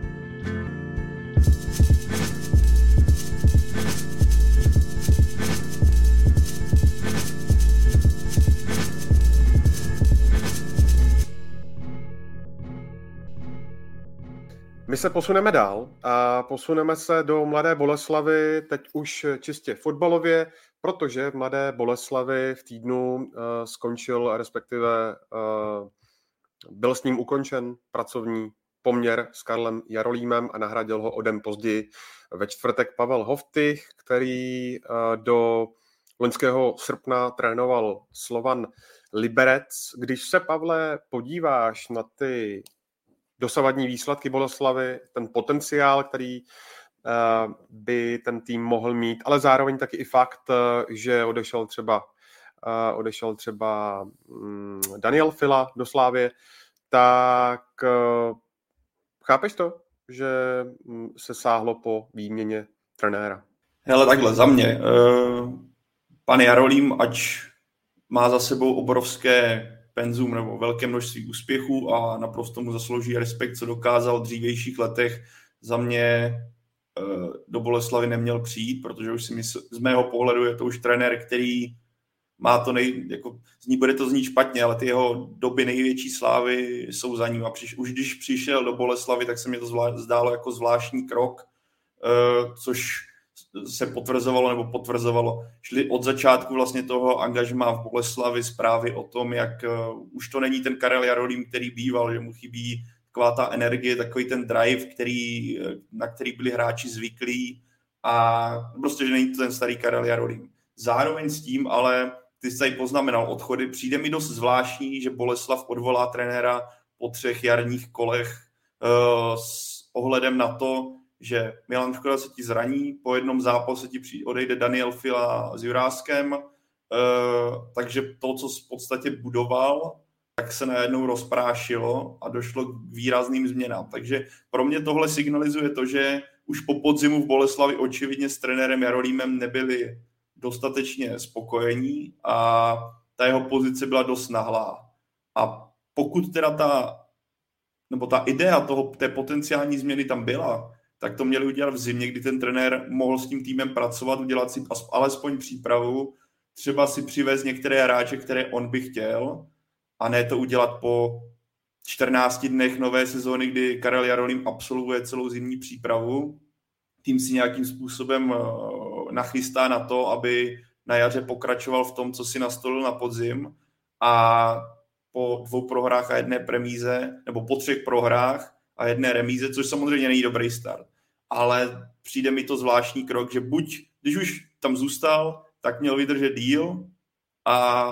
My se posuneme dál a posuneme se do Mladé Boleslavi, teď už čistě fotbalově, protože v Mladé Boleslavi v týdnu skončil, respektive byl s ním ukončen pracovní poměr s Karlem Jarolímem a nahradil ho o den později ve čtvrtek Pavel Hoftych, který do loňského srpna trénoval Slovan Liberec. Když se, Pavle, podíváš na ty dosavadní výsledky Boleslavy, ten potenciál, který by ten tým mohl mít, ale zároveň taky i fakt, že odešel třeba Daniel Fila do Slávie, tak chápeš to, že se sáhlo po výměně trenéra? Hele, takhle, za mě. Pan Jarolím, ač má za sebou obrovské penzum nebo velké množství úspěchů a naprosto mu zaslouží respekt, co dokázal v dřívějších letech, za mě do Boleslavy neměl přijít, protože už si myslím, z mého pohledu je to už trenér, který má to bude to znít špatně, ale ty jeho doby největší slávy jsou za ním. A už když přišel do Boleslavy, tak se mi to zdálo jako zvláštní krok, což se potvrzovalo. Šli od začátku vlastně toho angažmá v Boleslavi zprávy o tom, jak už to není ten Karel Jarolím, který býval, že mu chybí taková ta energie, takový ten drive, na který byli hráči zvyklí a prostě, že není to ten starý Karel Jarolím. Zároveň s tím, ale ty jsi tady poznamenal odchody, přijde mi dost zvláštní, že Boleslav odvolá trenéra po 3 jarních kolech s ohledem na to, že Milan Škoda se ti zraní, po jednom zápase ti odejde Daniel Fila s Juráskem, takže to, co v podstatě budoval, tak se najednou rozprášilo a došlo k výrazným změnám. Takže pro mě tohle signalizuje to, že už po podzimu v Boleslavi očividně s trenérem Jarolímem nebyli dostatečně spokojení a ta jeho pozice byla dost nahlá. A pokud teda ta idea té potenciální změny tam byla, tak to měli udělat v zimě, kdy ten trenér mohl s tím týmem pracovat, udělat si alespoň přípravu, třeba si přivést některé hráče, které on by chtěl, a ne to udělat po 14 dnech nové sezóny, kdy Karel Jarolím absolvuje celou zimní přípravu. Tým si nějakým způsobem nachystá na to, aby na jaře pokračoval v tom, co si nastolil na podzim, a po 2 prohrách a 1 remíze, nebo po 3 prohrách a 1 remíze, což samozřejmě není dobrý start. Ale přijde mi to zvláštní krok, že buď, když už tam zůstal, tak měl vydržet díl, a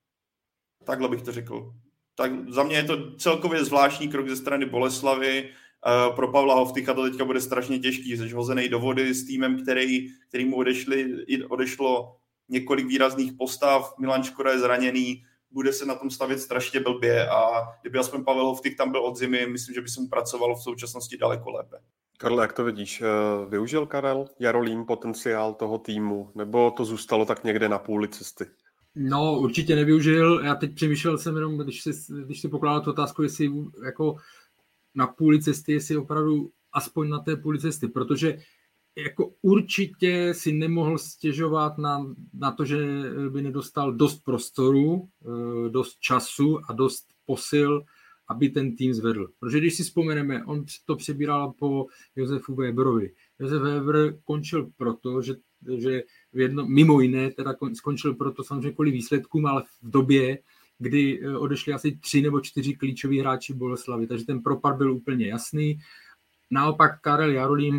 takhle bych to řekl. Tak za mě je to celkově zvláštní krok ze strany Boleslavy. Pro Pavla Hovtycha to teďka bude strašně těžký, jsi hozený do vody s týmem, který mu odešlo několik výrazných postav, Milan Škoda je zraněný, bude se na tom stavět strašně blbě, a kdyby aspoň Pavel Hovtych tam byl od zimy, myslím, že by se mu pracovalo v současnosti daleko lépe. Karle, jak to vidíš? Využil Karel Jarolím potenciál toho týmu, nebo to zůstalo tak někde na půli cesty? No, určitě nevyužil. Já teď přemýšlel jsem jenom, když si pokládal tu otázku, jestli jako na půli cesty, jestli opravdu aspoň na té půli cesty, protože jako určitě si nemohl stěžovat na to, že by nedostal dost prostoru, dost času a dost posil, aby ten tým zvedl. Protože když si vzpomeneme, on to přebíral po Josefu Weberovi. Josef Weber končil proto, že mimo jiné teda skončil proto samozřejmě kvůli výsledkům, ale v době, kdy odešli asi 3 nebo 4 klíčoví hráči Boleslavy, takže ten propad byl úplně jasný. Naopak Karel Jarolím,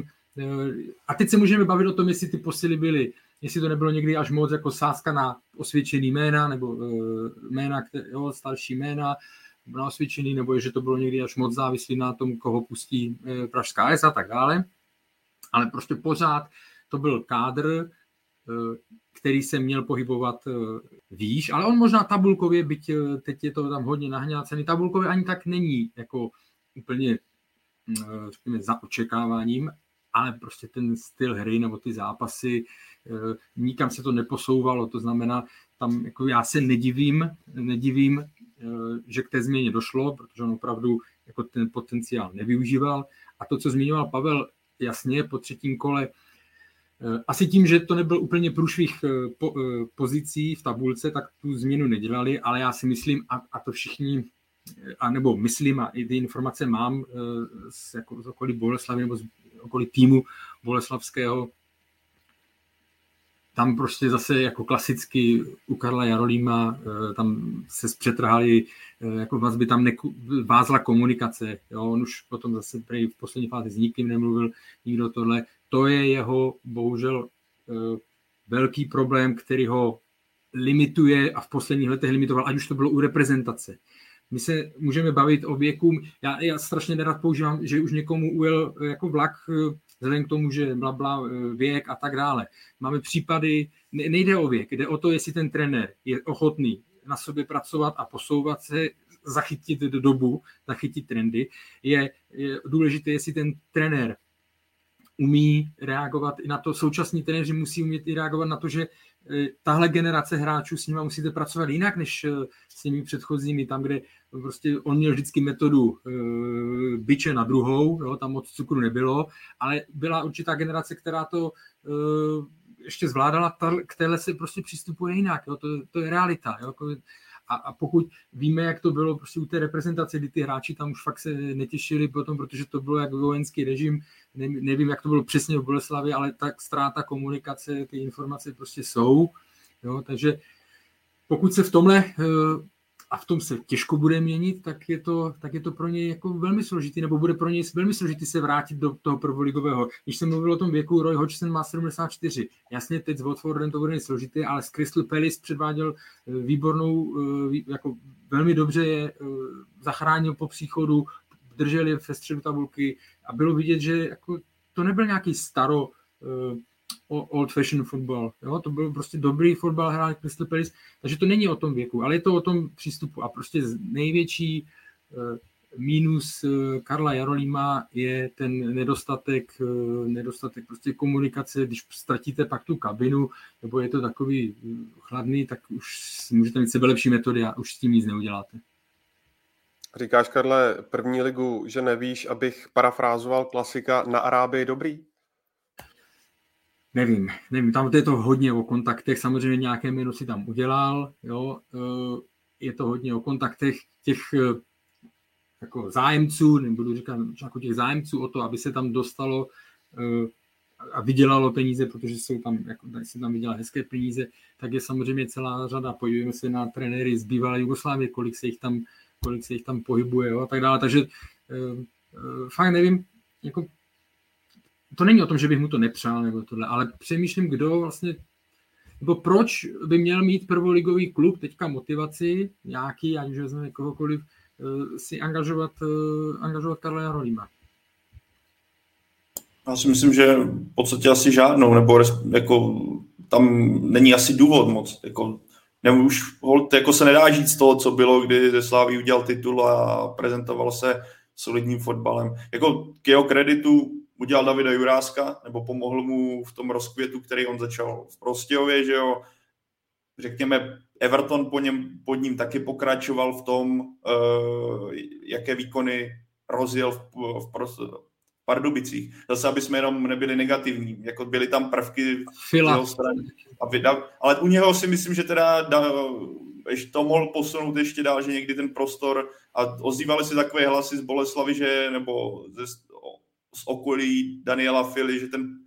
a teď se můžeme bavit o tom, jestli ty posily byly, jestli to nebylo někdy až moc jako sázka na osvědčený jména, nebo jména, starší jména na osvědčený, nebo že to bylo někdy až moc závislý na tom, koho pustí Pražská AS a tak dále. Ale prostě pořád to byl kádr, který se měl pohybovat výš, ale on možná tabulkově, byť teď je to tam hodně nahňácený, tabulkově ani tak není jako úplně, řekněme, za očekáváním, ale prostě ten styl hry nebo ty zápasy, nikam se to neposouvalo, to znamená, tam jako já se nedivím, že k té změně došlo, protože on opravdu jako ten potenciál nevyužíval. A to, co zmiňoval Pavel, jasně, po 3. kole, asi tím, že to nebyl úplně průšvih pozicí v tabulce, tak tu změnu nedělali, ale já si myslím, a to všichni, nebo myslím, a i ty informace mám z okolí Boleslavy nebo z okolí týmu boleslavského, tam prostě zase jako klasicky u Karla Jarolíma tam se zpřetrhali jako vazby, tam vázla komunikace. Jo? On už potom zase v poslední fázi s nikým nemluvil, nikdo tohle. To je jeho bohužel velký problém, který ho limituje a v posledních letech limitoval, ať už to bylo u reprezentace. My se můžeme bavit o věku. Já strašně nerad používám, že už někomu ujel jako vlak, vzhledem k tomu, že blabla věk a tak dále. Máme případy, nejde o věk, jde o to, jestli ten trenér je ochotný na sobě pracovat a posouvat se, zachytit dobu, zachytit trendy. Je důležité, jestli ten trenér umí reagovat i na to, současní trenéři musí umět i reagovat na to, že tahle generace hráčů s nimi musíte pracovat jinak, než s těmi předchozími, tam, kde prostě on měl vždycky metodu biče na druhou, jo, tam moc cukru nebylo, ale byla určitá generace, která to ještě zvládala, k téhle se prostě přistupuje jinak, jo, to je realita. Jo, a pokud víme, jak to bylo prostě u té reprezentace, kdy ty hráči tam už fakt se netěšili potom, protože to bylo jak vojenský režim, nevím, jak to bylo přesně v Boleslavě, ale tak ztráta komunikace, ty informace prostě jsou. Jo, takže pokud se v tomhle, a v tom se těžko bude měnit, tak je to pro něj jako velmi složitý, nebo bude pro něj velmi složitý se vrátit do toho prvoligového. Když jsem mluvil o tom věku, Roy Hodgson má 74. Jasně, teď s Watfordem to bude složitý, ale s Crystal Palace předváděl výbornou, jako velmi dobře je zachránil po příchodu, držel je ve středu tabulky a bylo vidět, že jako to nebyl nějaký old fashion football. Jo? To byl prostě dobrý fotbal, hrál Crystal Palace, takže to není o tom věku, ale je to o tom přístupu. A prostě největší mínus Karla Jarolíma je ten nedostatek prostě komunikace, když ztratíte pak tu kabinu, nebo je to takový chladný, tak už můžete mít sebelepší metody a už s tím nic neuděláte. Říkáš, Karle, první ligu, že nevíš, abych parafrázoval klasika, na Arábii dobrý? Nevím, tam je to hodně o kontaktech, samozřejmě nějaké jméno si tam udělal, jo, je to hodně o kontaktech těch jako zájemců, nebudu říkat jako těch zájemců o to, aby se tam dostalo a vydělalo peníze, protože jsou tam, jako se tam vydělá hezké peníze, tak je samozřejmě celá řada, podívejme se na trenéry z bývalé Jugoslávie, kolik se jich tam pohybuje, jo, a tak dále, takže fakt nevím, jako to není o tom, že bych mu to nepřál, nebo tohle, ale přemýšlím, kdo vlastně, nebo proč by měl mít prvoligový klub teďka motivaci nějaký, ať už vezmeme kohokoliv, si angažovat Karla Jarolíma. Já si myslím, že v podstatě asi žádnou, nebo jako tam není asi důvod moc, jako nebo už jako se nedá žít z toho, co bylo, kdy ze Slávy udělal titul a prezentoval se solidním fotbalem. Jako k jeho kreditu udělal Davida Juráska, nebo pomohl mu v tom rozkvětu, který on začal v Prostějově, že jo. Řekněme, Everton pod ním taky pokračoval v tom, jaké výkony rozjel v Pardubicích. Zase, aby jsme jenom nebyli negativní. Jako byly tam prvky z jeho strany. Ale u něho si myslím, že teda ještě to mohl posunout ještě dál, že někdy ten prostor a ozývaly se takové hlasy z Boleslavy, že nebo z okolí Daniela Fily,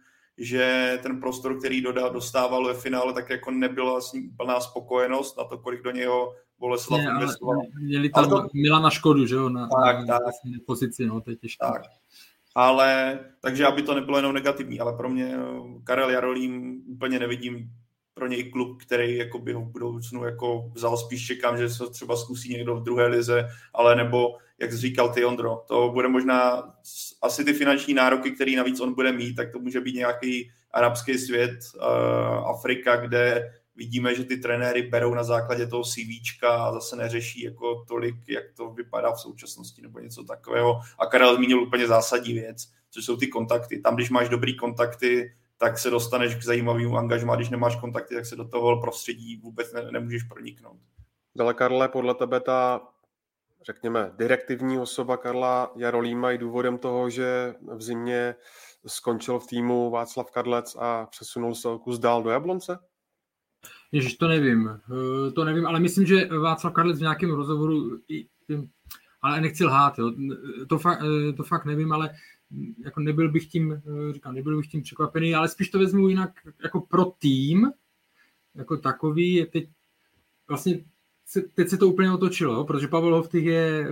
že ten prostor, který dostával ve finále, tak jako nebyla s ním plná spokojenost na to, kolik do něho Boleslav investoval. Měli tam Milana Škodu, že jo, na pozici, no, to je těžké. Tak. Ale, takže aby to nebylo jenom negativní, ale pro mě Karel Jarolím úplně nevidím pro něj klub, který jako by ho v budoucnu jako vzal, spíš čekám, že se třeba zkusí někdo v druhé lize, ale nebo, jak jsi říkal ty, Ondro, to bude možná asi ty finanční nároky, který navíc on bude mít, tak to může být nějaký arabský svět, Afrika, kde vidíme, že ty trenéry berou na základě toho CVčka a zase neřeší jako tolik, jak to vypadá v současnosti nebo něco takového. A Karel zmínil úplně zásadní věc, což jsou ty kontakty. Tam, když máš dobrý kontakty, tak se dostaneš k zajímavému angažmá, když nemáš kontakty, tak se do toho prostředí vůbec nemůžeš proniknout. Ale Karle, podle tebe ta, řekněme, direktivní osoba Karla Jarolíma je důvodem toho, že v zimě skončil v týmu Václav Kadlec a přesunul se o kus dál do Jablonce? Ježiš, to nevím, ale myslím, že Václav Kadlec v nějakém rozhovoru, ale nechci lhát, jo. To fakt nevím, ale jako nebyl bych tím překvapený, ale spíš to vezmu jinak jako pro tým, jako takový je teď vlastně teď se to úplně otočilo, protože Pavel Hoftych je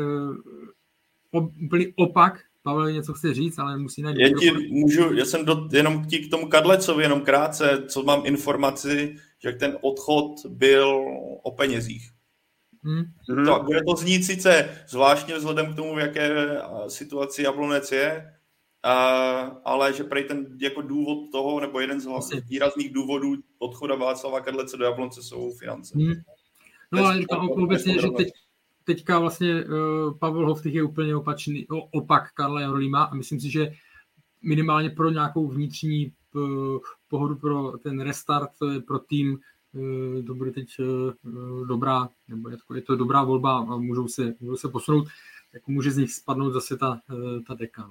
úplný opak. Pavel něco chce říct, ale musí najít. Já jsem jenom k tomu Kadlecovi, jenom krátce, co mám informaci, že ten odchod byl o penězích. Bude to znít sice zvláštně vzhledem k tomu, v jaké situaci Jablonec je, ale že prej ten jako důvod toho, nebo jeden z výrazných důvodů odchoda Václava Kadlece do Jablonce jsou finance. No ale říkám obecně, že teďka vlastně Pavel Hoftych je úplně opak Karla Jarolíma a myslím si, že minimálně pro nějakou vnitřní pohodu, pro ten restart, pro tým, to bude teď dobrá, nebo je to dobrá volba a můžou se posunout, jako může z nich spadnout zase ta deka.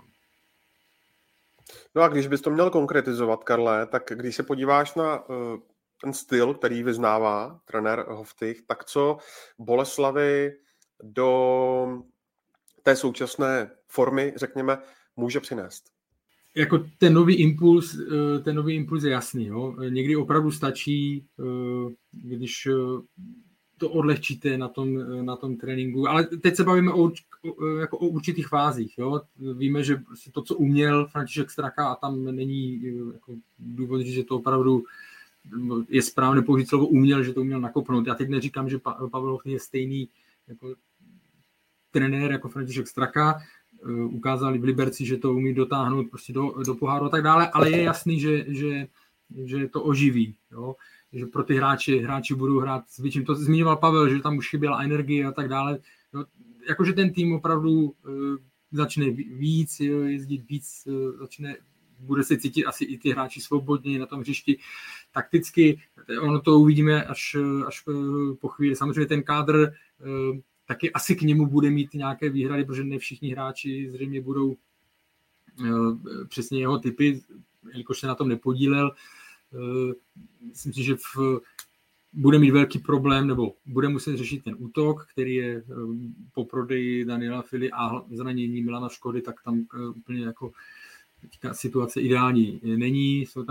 No a když bys to měl konkretizovat, Karle, tak když se podíváš na ten styl, který vyznává trenér Hoftych, tak co Boleslavy do té současné formy, řekněme, může přinést? Jako ten nový impuls je jasný. Jo? Někdy opravdu stačí, když to odlehčíte na tom tréninku. Ale teď se bavíme o určitých fázích. Jo? Víme, že to, co uměl František Straka, a tam není jako důvod, že to opravdu je správně použít slovo uměl, že to uměl nakopnout. Já teď neříkám, že Pavel Hoftych je stejný jako trenér jako František Straka. Ukázali v Liberci, že to umí dotáhnout prostě do poháru a tak dále, ale je jasný, že že to oživí, jo? Že pro ty hráči budou hrát s větším. To zmiňoval Pavel, že tam už chyběla energie a tak dále. Jo? Jakože ten tým opravdu začne víc jezdit víc, bude se cítit asi i ty hráči svobodně na tom hřišti takticky. Ono to uvidíme až po chvíli. Samozřejmě ten kádr taky asi k němu bude mít nějaké výhrady, protože ne všichni hráči zřejmě budou přesně jeho typy, jelikož se na tom nepodílel. Myslím si, že bude mít velký problém, nebo bude muset řešit ten útok, který je po prodeji Daniela Fily a zranění Milana Škody, tak tam úplně jako situace ideální není. Jsou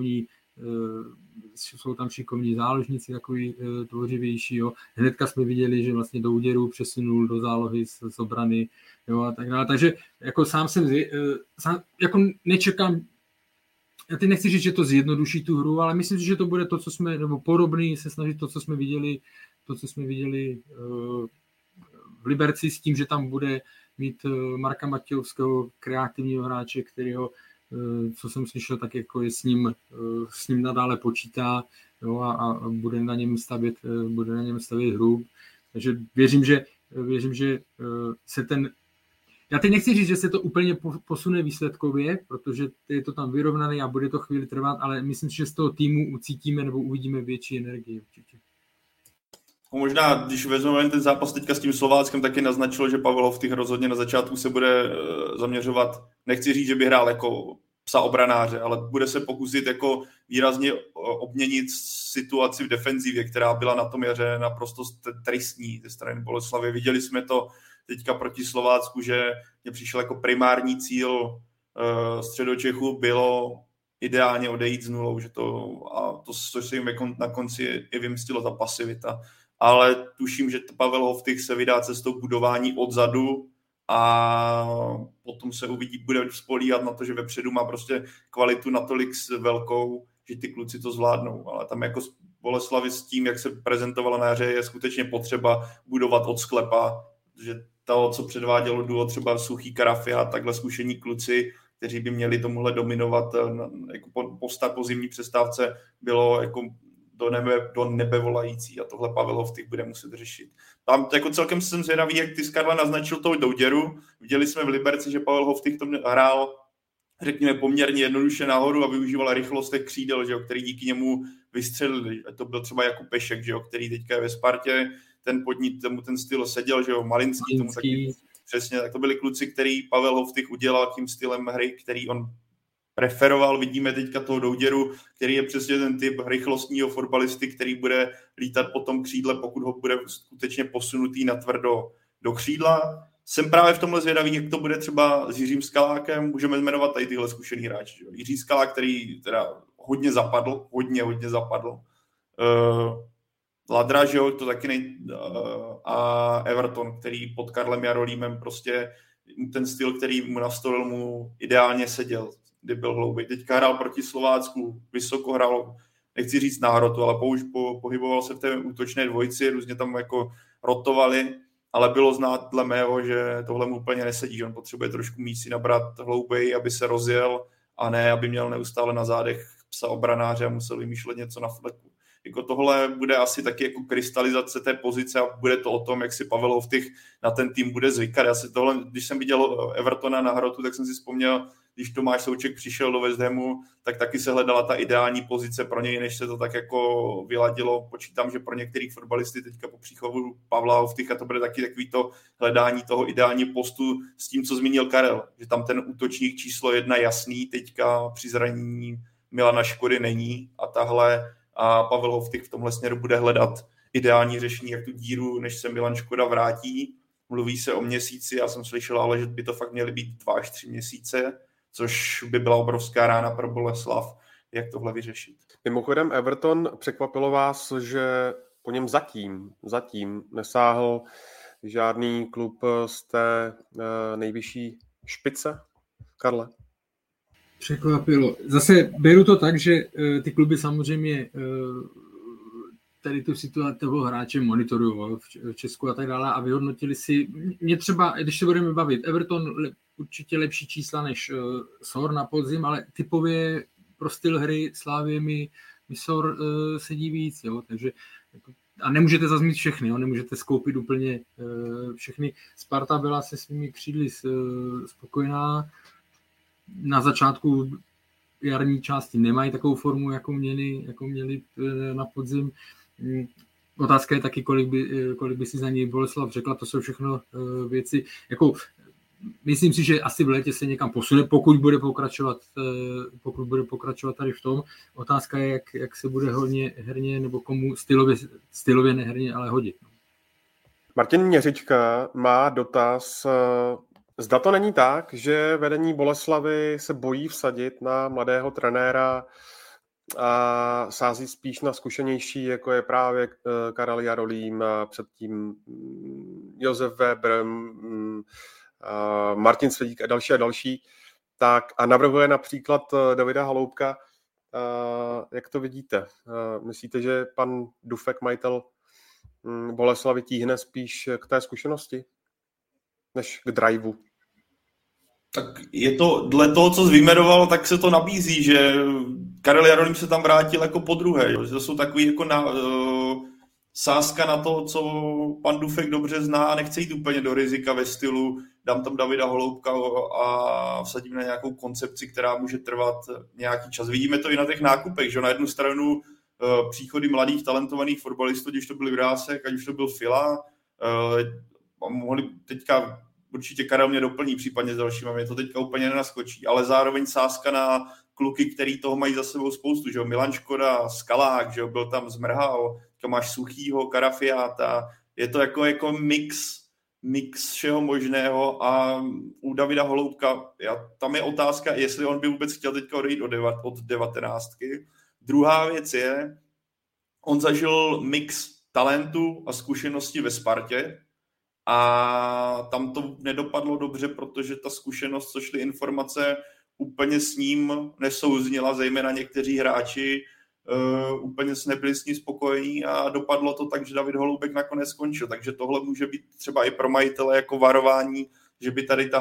tam šikovní záložníci, takový tvořivější. Jo. Hnedka jsme viděli, že vlastně do úděru přesunul do zálohy z obrany, jo, a tak dále. Takže jako sám jako nečekám. Já teď nechci říct, že to zjednoduší tu hru, ale myslím si, že to bude to, co jsme, nebo podobný se snažit to, co jsme viděli v Liberci, s tím, že tam bude mít Marka Matějovského, kreativního hráče, kterýho, co jsem slyšel, tak jako je s ním nadále počítá, jo, a bude na něm stavět hru. Takže věřím, že se ten. Já teď nechci říct, že se to úplně posune výsledkově, protože je to tam vyrovnané a bude to chvíli trvat, ale myslím si, že z toho týmu ucítíme nebo uvidíme větší energii určitě. Možná, když vezmeme ten zápas teďka s tím Slováckem, taky naznačilo, že Pavel Hovtych rozhodně na začátku se bude zaměřovat, nechci říct, že by hrál jako psa obranáře, ale bude se pokusit jako výrazně obměnit situaci v defenzivě, která byla na tom jaře naprosto tristní ze strany Boleslavy. Viděli jsme to teďka proti Slovácku, že mě přišel jako primární cíl Středočechu bylo ideálně odejít s nulou, že to se jim na konci i vymstilo ta pasivita. Ale tuším, že Pavel Hovtych se vydá cestou budování odzadu a potom se uvidí, bude spolíhat na to, že vepředu má prostě kvalitu natolik velkou, že ty kluci to zvládnou. Ale tam jako Boleslavy s tím, jak se prezentovala na hře, je skutečně potřeba budovat od sklepa, že to, co předvádělo duo třeba Suchý Karafy a takhle zkušení kluci, kteří by měli tomuhle dominovat jako po zimní přestávce, bylo jako do nebe volající a tohle Pavel Hovtych bude muset řešit. Tam jako celkem jsem zvědavý, jak ty Karla naznačil tou douděru. Viděli jsme v Liberci, že Pavel Hovtych to hrál, řekněme, poměrně jednoduše nahoru a využíval rychlost těch křídel, že jo, který díky němu vystřelili. To byl třeba Jakub Pešek, že jo, který teďka je ve Spartě, tomu ten styl seděl, že jo, Malinský. Tomu taky přesně, tak to byli kluci, který Pavel Hovtych udělal tím stylem hry, který on preferoval. Vidíme teďka toho douděru, který je přesně ten typ rychlostního fotbalisty, který bude lítat po tom křídle, pokud ho bude skutečně posunutý natvrdo do křídla. Jsem právě v tomhle zvědavý, jak to bude třeba s Jiřím Skalákem. Můžeme jmenovat tady tyhle zkušený hráči. Jiří Skalák, který teda hodně zapadl. Ladra, že jo, to taky a Everton, který pod Karlem Jarolímem prostě ten styl, který mu nastolil, mu ideálně seděl, kdy byl hloubej. Teďka hrál proti Slovácku, vysoko hrál, nechci říct na hrotu, ale pohyboval se v té útočné dvojici, různě tam jako rotovali, ale bylo znát dle mého, že tohle mu úplně nesedí, že on potřebuje trošku míst si nabrat hloubej, aby se rozjel, a ne, aby měl neustále na zádech psa obranáře a musel vymýšlet něco na fleku. Jako tohle bude asi taky jako krystalizace té pozice a bude to o tom, jak si Pavel Hovtych na ten tým bude zvykat. Já si tohle, když jsem viděl Evertona na hrotu, tak jsem si vzpomněl, když Tomáš Souček přišel do West Hamu, tak taky se hledala ta ideální pozice pro něj, než se to tak jako vyladilo. Počítám, že pro některých fotbalisty teďka po příchodu Pavla Hovtycha to bude taky takový to hledání toho ideálního postu s tím, co zmínil Karel, že tam ten útočník číslo 1 jasný teďka při zranění Milana Škody není a Pavel Hovtych v tomhle směru bude hledat ideální řešení, jak tu díru, než se Milan Škoda vrátí. Mluví se o měsíci, já jsem slyšel, ale že by to fakt měly být 2 až 3 měsíce, což by byla obrovská rána pro Boleslav, jak tohle vyřešit. Mimochodem Everton, překvapilo vás, že po něm zatím nesáhl žádný klub z té nejvyšší špice, Karle? Překvapilo. Zase beru to tak, že ty kluby samozřejmě tady tu situaci toho hráče monitorují v Česku a tak dále a vyhodnotili si, mě třeba, když se budeme bavit, Everton určitě lepší čísla než SOR na podzim, ale typově pro styl hry Slávie mi Mysor sedí víc, jo, takže a nemůžete zase mít všechny, jo? Nemůžete skoupit úplně všechny. Sparta byla se svými křídly spokojená. Na začátku jarní části nemají takovou formu, jako měli na podzim. Otázka je taky, kolik by si za něj Boleslav řekla, to jsou všechno věci. Jako, myslím si, že asi v létě se někam posune, pokud bude pokračovat tady v tom. Otázka je, jak se bude herně nebo komu stylově neherně, ale hodit. Martin Měřička má dotaz. Zda to není tak, že vedení Boleslavy se bojí vsadit na mladého trenéra a sází spíš na zkušenější, jako je právě Karel Jarolím, předtím Josef Weber, Martin Svědík a další, tak a navrhuje například Davida Holoubka. Jak to vidíte? Myslíte, že pan Dufek, majitel Boleslavy, tíhne spíš k té zkušenosti než k driveu? Tak je to, dle toho, co jsi vyjmenoval, tak se to nabízí, že Karel Jarolím se tam vrátil jako podruhé, že to jsou takový jako sázka na to, co pan Dufek dobře zná a nechce jít úplně do rizika ve stylu dám tam Davida Holoubka a vsadím na nějakou koncepci, která může trvat nějaký čas. Vidíme to i na těch nákupech, že na jednu stranu příchody mladých talentovaných fotbalistů, když to byl Jurásek, ať už to byl Fila, mohli teďka určitě Karel mě doplní případně s dalšíma, mě to teďka úplně nenaskočí, ale zároveň sázka na kluky, který toho mají za sebou spoustu, že jo, Milan Škoda, Skalák, že jo, byl tam Zmrhal, máš Suchýho, Karafiáta, je to jako mix všeho možného a u Davida Holoubka, tam je otázka, jestli on by vůbec chtěl teďka odejít od 19. Druhá věc je, on zažil mix talentu a zkušenosti ve Spartě a tam to nedopadlo dobře, protože ta zkušenost, co šly informace, úplně s ním nesouzněla, zejména někteří hráči úplně nebyli s ní spokojení a dopadlo to tak, že David Holoubek nakonec skončil. Takže tohle může být třeba i pro majitele jako varování, že by tady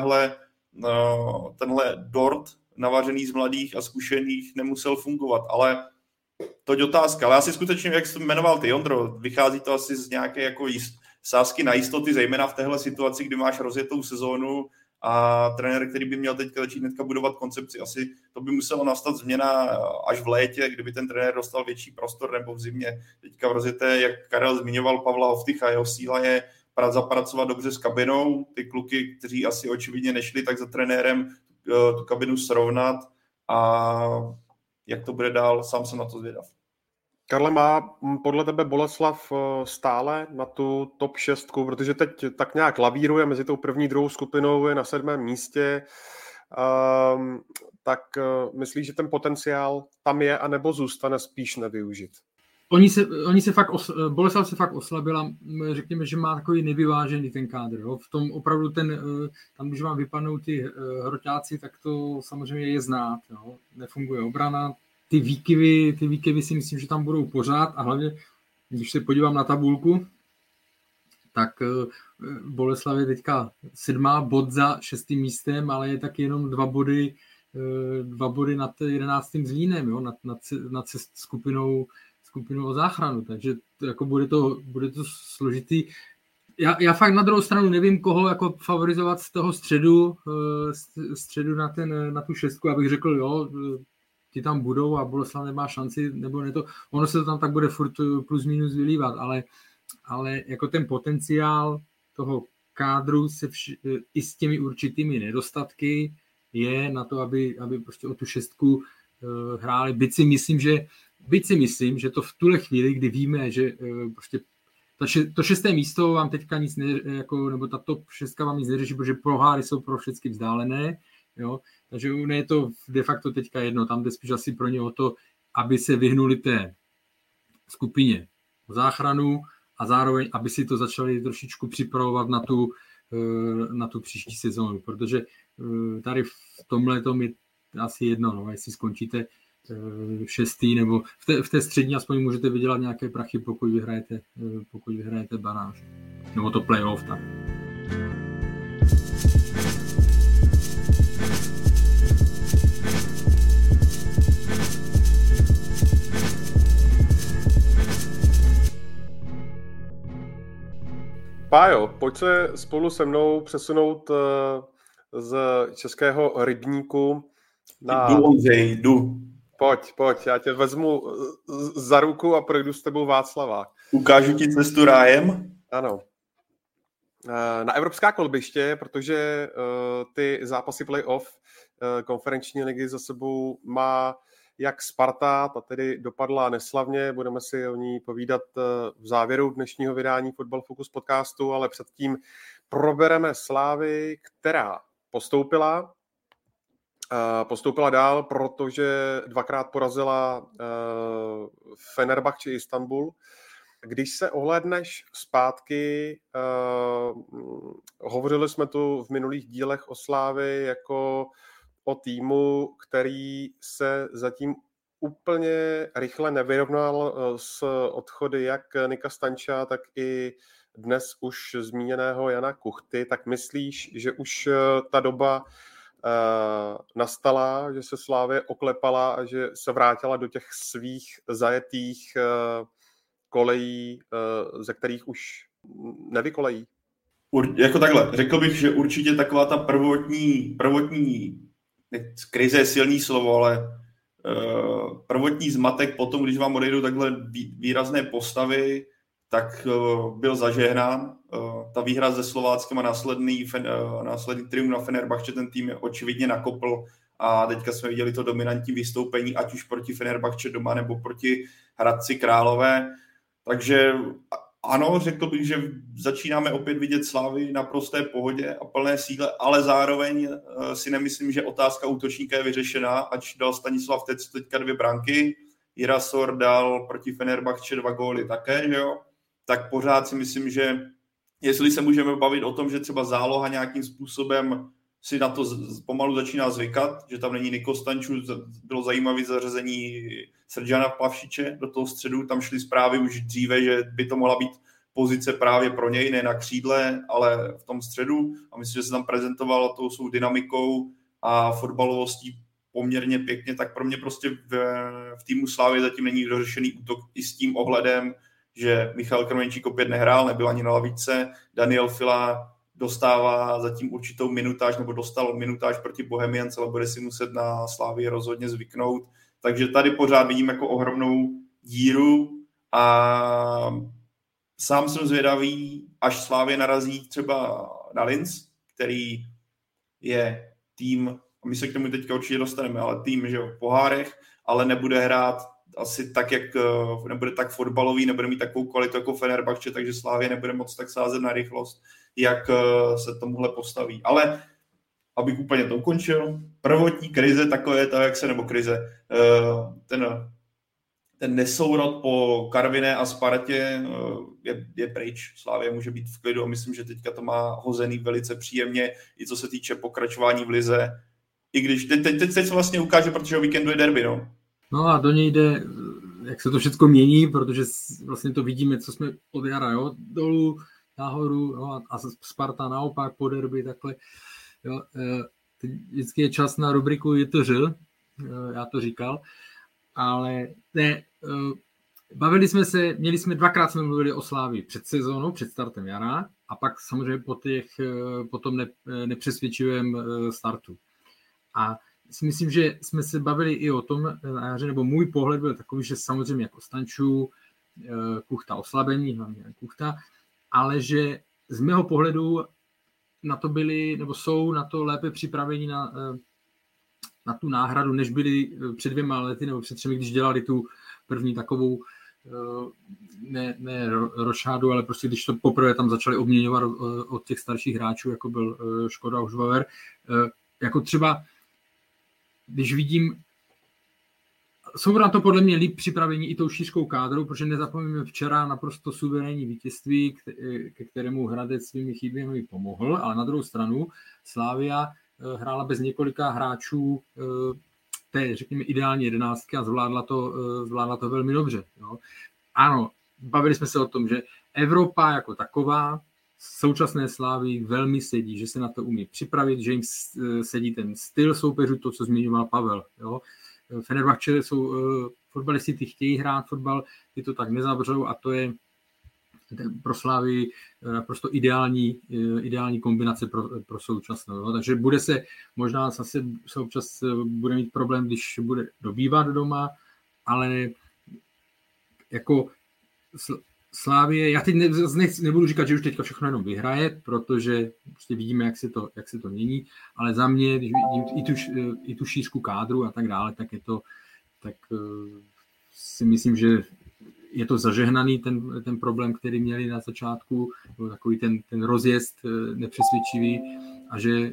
tenhle dort navařený z mladých a zkušených nemusel fungovat. Ale to je otázka. Ale asi skutečně, jak jsi jmenoval ty, Ondro, vychází to asi z nějaké jako sázky na jistoty, zejména v téhle situaci, kdy máš rozjetou sezónu a trenér, který by měl teďka začít hnedka budovat koncepci, asi to by muselo nastat změna až v létě, kdyby ten trenér dostal větší prostor, nebo v zimě. Teďka v rozjeté, jak Karel zmiňoval Pavla Hovtycha, jeho síla je zapracovat dobře s kabinou, ty kluky, kteří asi očividně nešli, tak za trenérem tu kabinu srovnat a jak to bude dál, sám jsem na to zvědav. Karle, má podle tebe Boleslav stále na tu top 6, protože teď tak nějak lavíruje mezi tou první, druhou skupinou, je na 7. místě, tak myslíš, že ten potenciál tam je, anebo zůstane spíš nevyužit? Oni se fakt, Boleslav se fakt oslabila, řekněme, že má takový nevyvážený ten kádr. Jo? V tom opravdu tam, když vám vypadnou ty hroťáci, tak to samozřejmě je znát. Jo? Nefunguje obrana, ty výkyvy si myslím, že tam budou pořád a hlavně, když se podívám na tabulku, tak Boleslav je teďka 7. bod za 6. místem, ale je taky jenom 2 body nad 11. Zlínem, jo? nad skupinou o záchranu, takže jako bude to složitý. Já fakt na druhou stranu nevím, koho jako favorizovat z toho středu na tu 6, abych řekl, jo, ti tam budou a Boleslav nemá šanci, nebo ne to. Ono se to tam tak bude furt plus minus vylívat, ale jako ten potenciál toho kádru i s těmi určitými nedostatky je na to, aby prostě o tu 6 hráli. Byť si myslím, že to v tuhle chvíli, kdy víme, že prostě to 6. místo vám teďka nic nebo ta top 6 vám nic neřeší, protože proháry jsou pro všechny vzdálené, jo? Takže je to de facto teďka jedno, tam jde spíš asi pro ně o to, aby se vyhnuli té skupině o záchranu a zároveň, aby si to začali trošičku připravovat na tu příští sezónu, protože tady v tomhle tom je asi jedno, no, jestli skončíte 6. nebo v té střední aspoň můžete vydělat nějaké prachy, pokud vyhrajete baráž. Nebo to playoff tak. Pájo, pojď se spolu se mnou přesunout z českého rybníku na... Jdu. Pojď, já tě vezmu za ruku a projdu s tebou Václava. Ukážu ti cestu rájem? Ano. Na evropská kolbiště, protože ty zápasy play-off konferenční ligy za sebou má jak Sparta, ta tedy dopadla neslavně, budeme si o ní povídat v závěru dnešního vydání Football Focus podcastu, ale předtím probereme Slávy, která postoupila dál, protože dvakrát porazila Fenerbahçe Istanbul. Když se ohlédneš zpátky, hovořili jsme tu v minulých dílech o Slávy jako o týmu, který se zatím úplně rychle nevyrovnal s odchody jak Nika Stanča, tak i dnes už zmíněného Jana Kuchty. Tak myslíš, že už ta doba nastala, že se Slávě oklepala a že se vrátila do těch svých zajetých kolejí, ze kterých už nevykolejí? Jako takhle, řekl bych, že určitě taková ta prvotní krize je silný slovo, ale prvotní zmatek potom, když vám odejdou takhle výrazné postavy, tak byl zažehnán. Ta výhra se Slováckem a následný triumf na Fenerbahce ten tým očividně nakopl a teďka jsme viděli to dominantní vystoupení, ať už proti Fenerbahce doma nebo proti Hradci Králové. Takže ano, řekl bych, že začínáme opět vidět Slávy na prosté pohodě a plné síle, ale zároveň si nemyslím, že otázka útočníka je vyřešená, ač dal Stanislav Tec teďka 2 branky, Jirasor dal proti Fenerbahce 2 góly také, že jo? Tak pořád si myslím, že jestli se můžeme bavit o tom, že třeba záloha nějakým způsobem si na to pomalu začíná zvykat, že tam není Niko Stanču, bylo zajímavé zařazení Srdjana Plavšiče do toho středu, tam šly zprávy už dříve, že by to mohla být pozice právě pro něj, ne na křídle, ale v tom středu a myslím, že se tam prezentovalo tou svou dynamikou a fotbalovostí poměrně pěkně, tak pro mě prostě v týmu Slávy zatím není dořešený útok i s tím ohledem, že Michal Krmenčík opět nehrál, nebyl ani na lavičce, Daniel Fila dostává zatím určitou minutáž, nebo dostal minutáž proti Bohemians, ale bude si muset na Slávii rozhodně zvyknout. Takže tady pořád vidím jako ohromnou díru a sám jsem zvědavý, až Slávě narazí třeba na Linz, který je tým, a my se k tomu teďka určitě dostaneme, ale tým, že v pohárech, ale nebude hrát asi tak, jak nebude tak fotbalový, nebude mít takovou kvalitu jako Fenerbahce, takže Slávě nebude moc tak sázet na rychlost, jak se tomuhle postaví. Ale abych úplně to ukončil, prvotní krize takové, ten nesourod po Karviné a Spartě je pryč. Slávě může být v klidu a myslím, že teďka to má hozený velice příjemně, i co se týče pokračování v lize. I když teď se vlastně ukáže, protože o víkendu je derby, no. No a do něj jde, jak se to všechno mění, protože vlastně to vidíme, co jsme od jara, jo, dolů, nahoru, jo, a Sparta naopak po derby, takhle, jo, vždycky je čas na rubriku Je to řil, já to říkal, ale ne, měli jsme dvakrát jsme mluvili o Slávii před sezónou, před startem jara a pak samozřejmě po tom nepřesvědčivém startu. A si myslím, že jsme se bavili i o tom na jaře, nebo můj pohled byl takový, že samozřejmě jako Stanču, Kuchta oslabení, hlavně Kuchta, ale že z mého pohledu na to byli, nebo jsou na to lépe připraveni na tu náhradu, než byli před 2 lety nebo před 3, když dělali tu první takovou ne rošádu, ale prostě když to poprvé tam začali obměňovat od těch starších hráčů, jako byl Škoda Užvaver, jako třeba když vidím, jsou na to podle mě líp připraveni i tou šířkou kádrou, protože nezapomeňme včera naprosto suverénní vítězství, ke kterému Hradec svými chybami pomohl, ale na druhou stranu Slavia hrála bez několika hráčů té, řekněme, ideální 11 a zvládla to velmi dobře. Jo. Ano, bavili jsme se o tom, že Evropa jako taková současné Slávy velmi sedí, že se na to umí připravit, že jim sedí ten styl soupeřů, to, co zmiňoval Pavel. Jo. Fenerbahce jsou fotbalisti, ty chtějí hrát fotbal, ty to tak nezavřou a to je pro Slávii naprosto ideální kombinace pro současnou. No. Takže bude se možná zase se občas bude mít problém, když bude dobývat doma, ale jako Slávie, já teď nebudu říkat, že už teďka všechno jenom vyhraje, protože prostě vidíme, jak se to mění, ale za mě, když vidím i tu šířku kádru a tak dále, tak si myslím, že je to zažehnaný ten problém, který měli na začátku, takový ten rozjezd nepřesvědčivý a že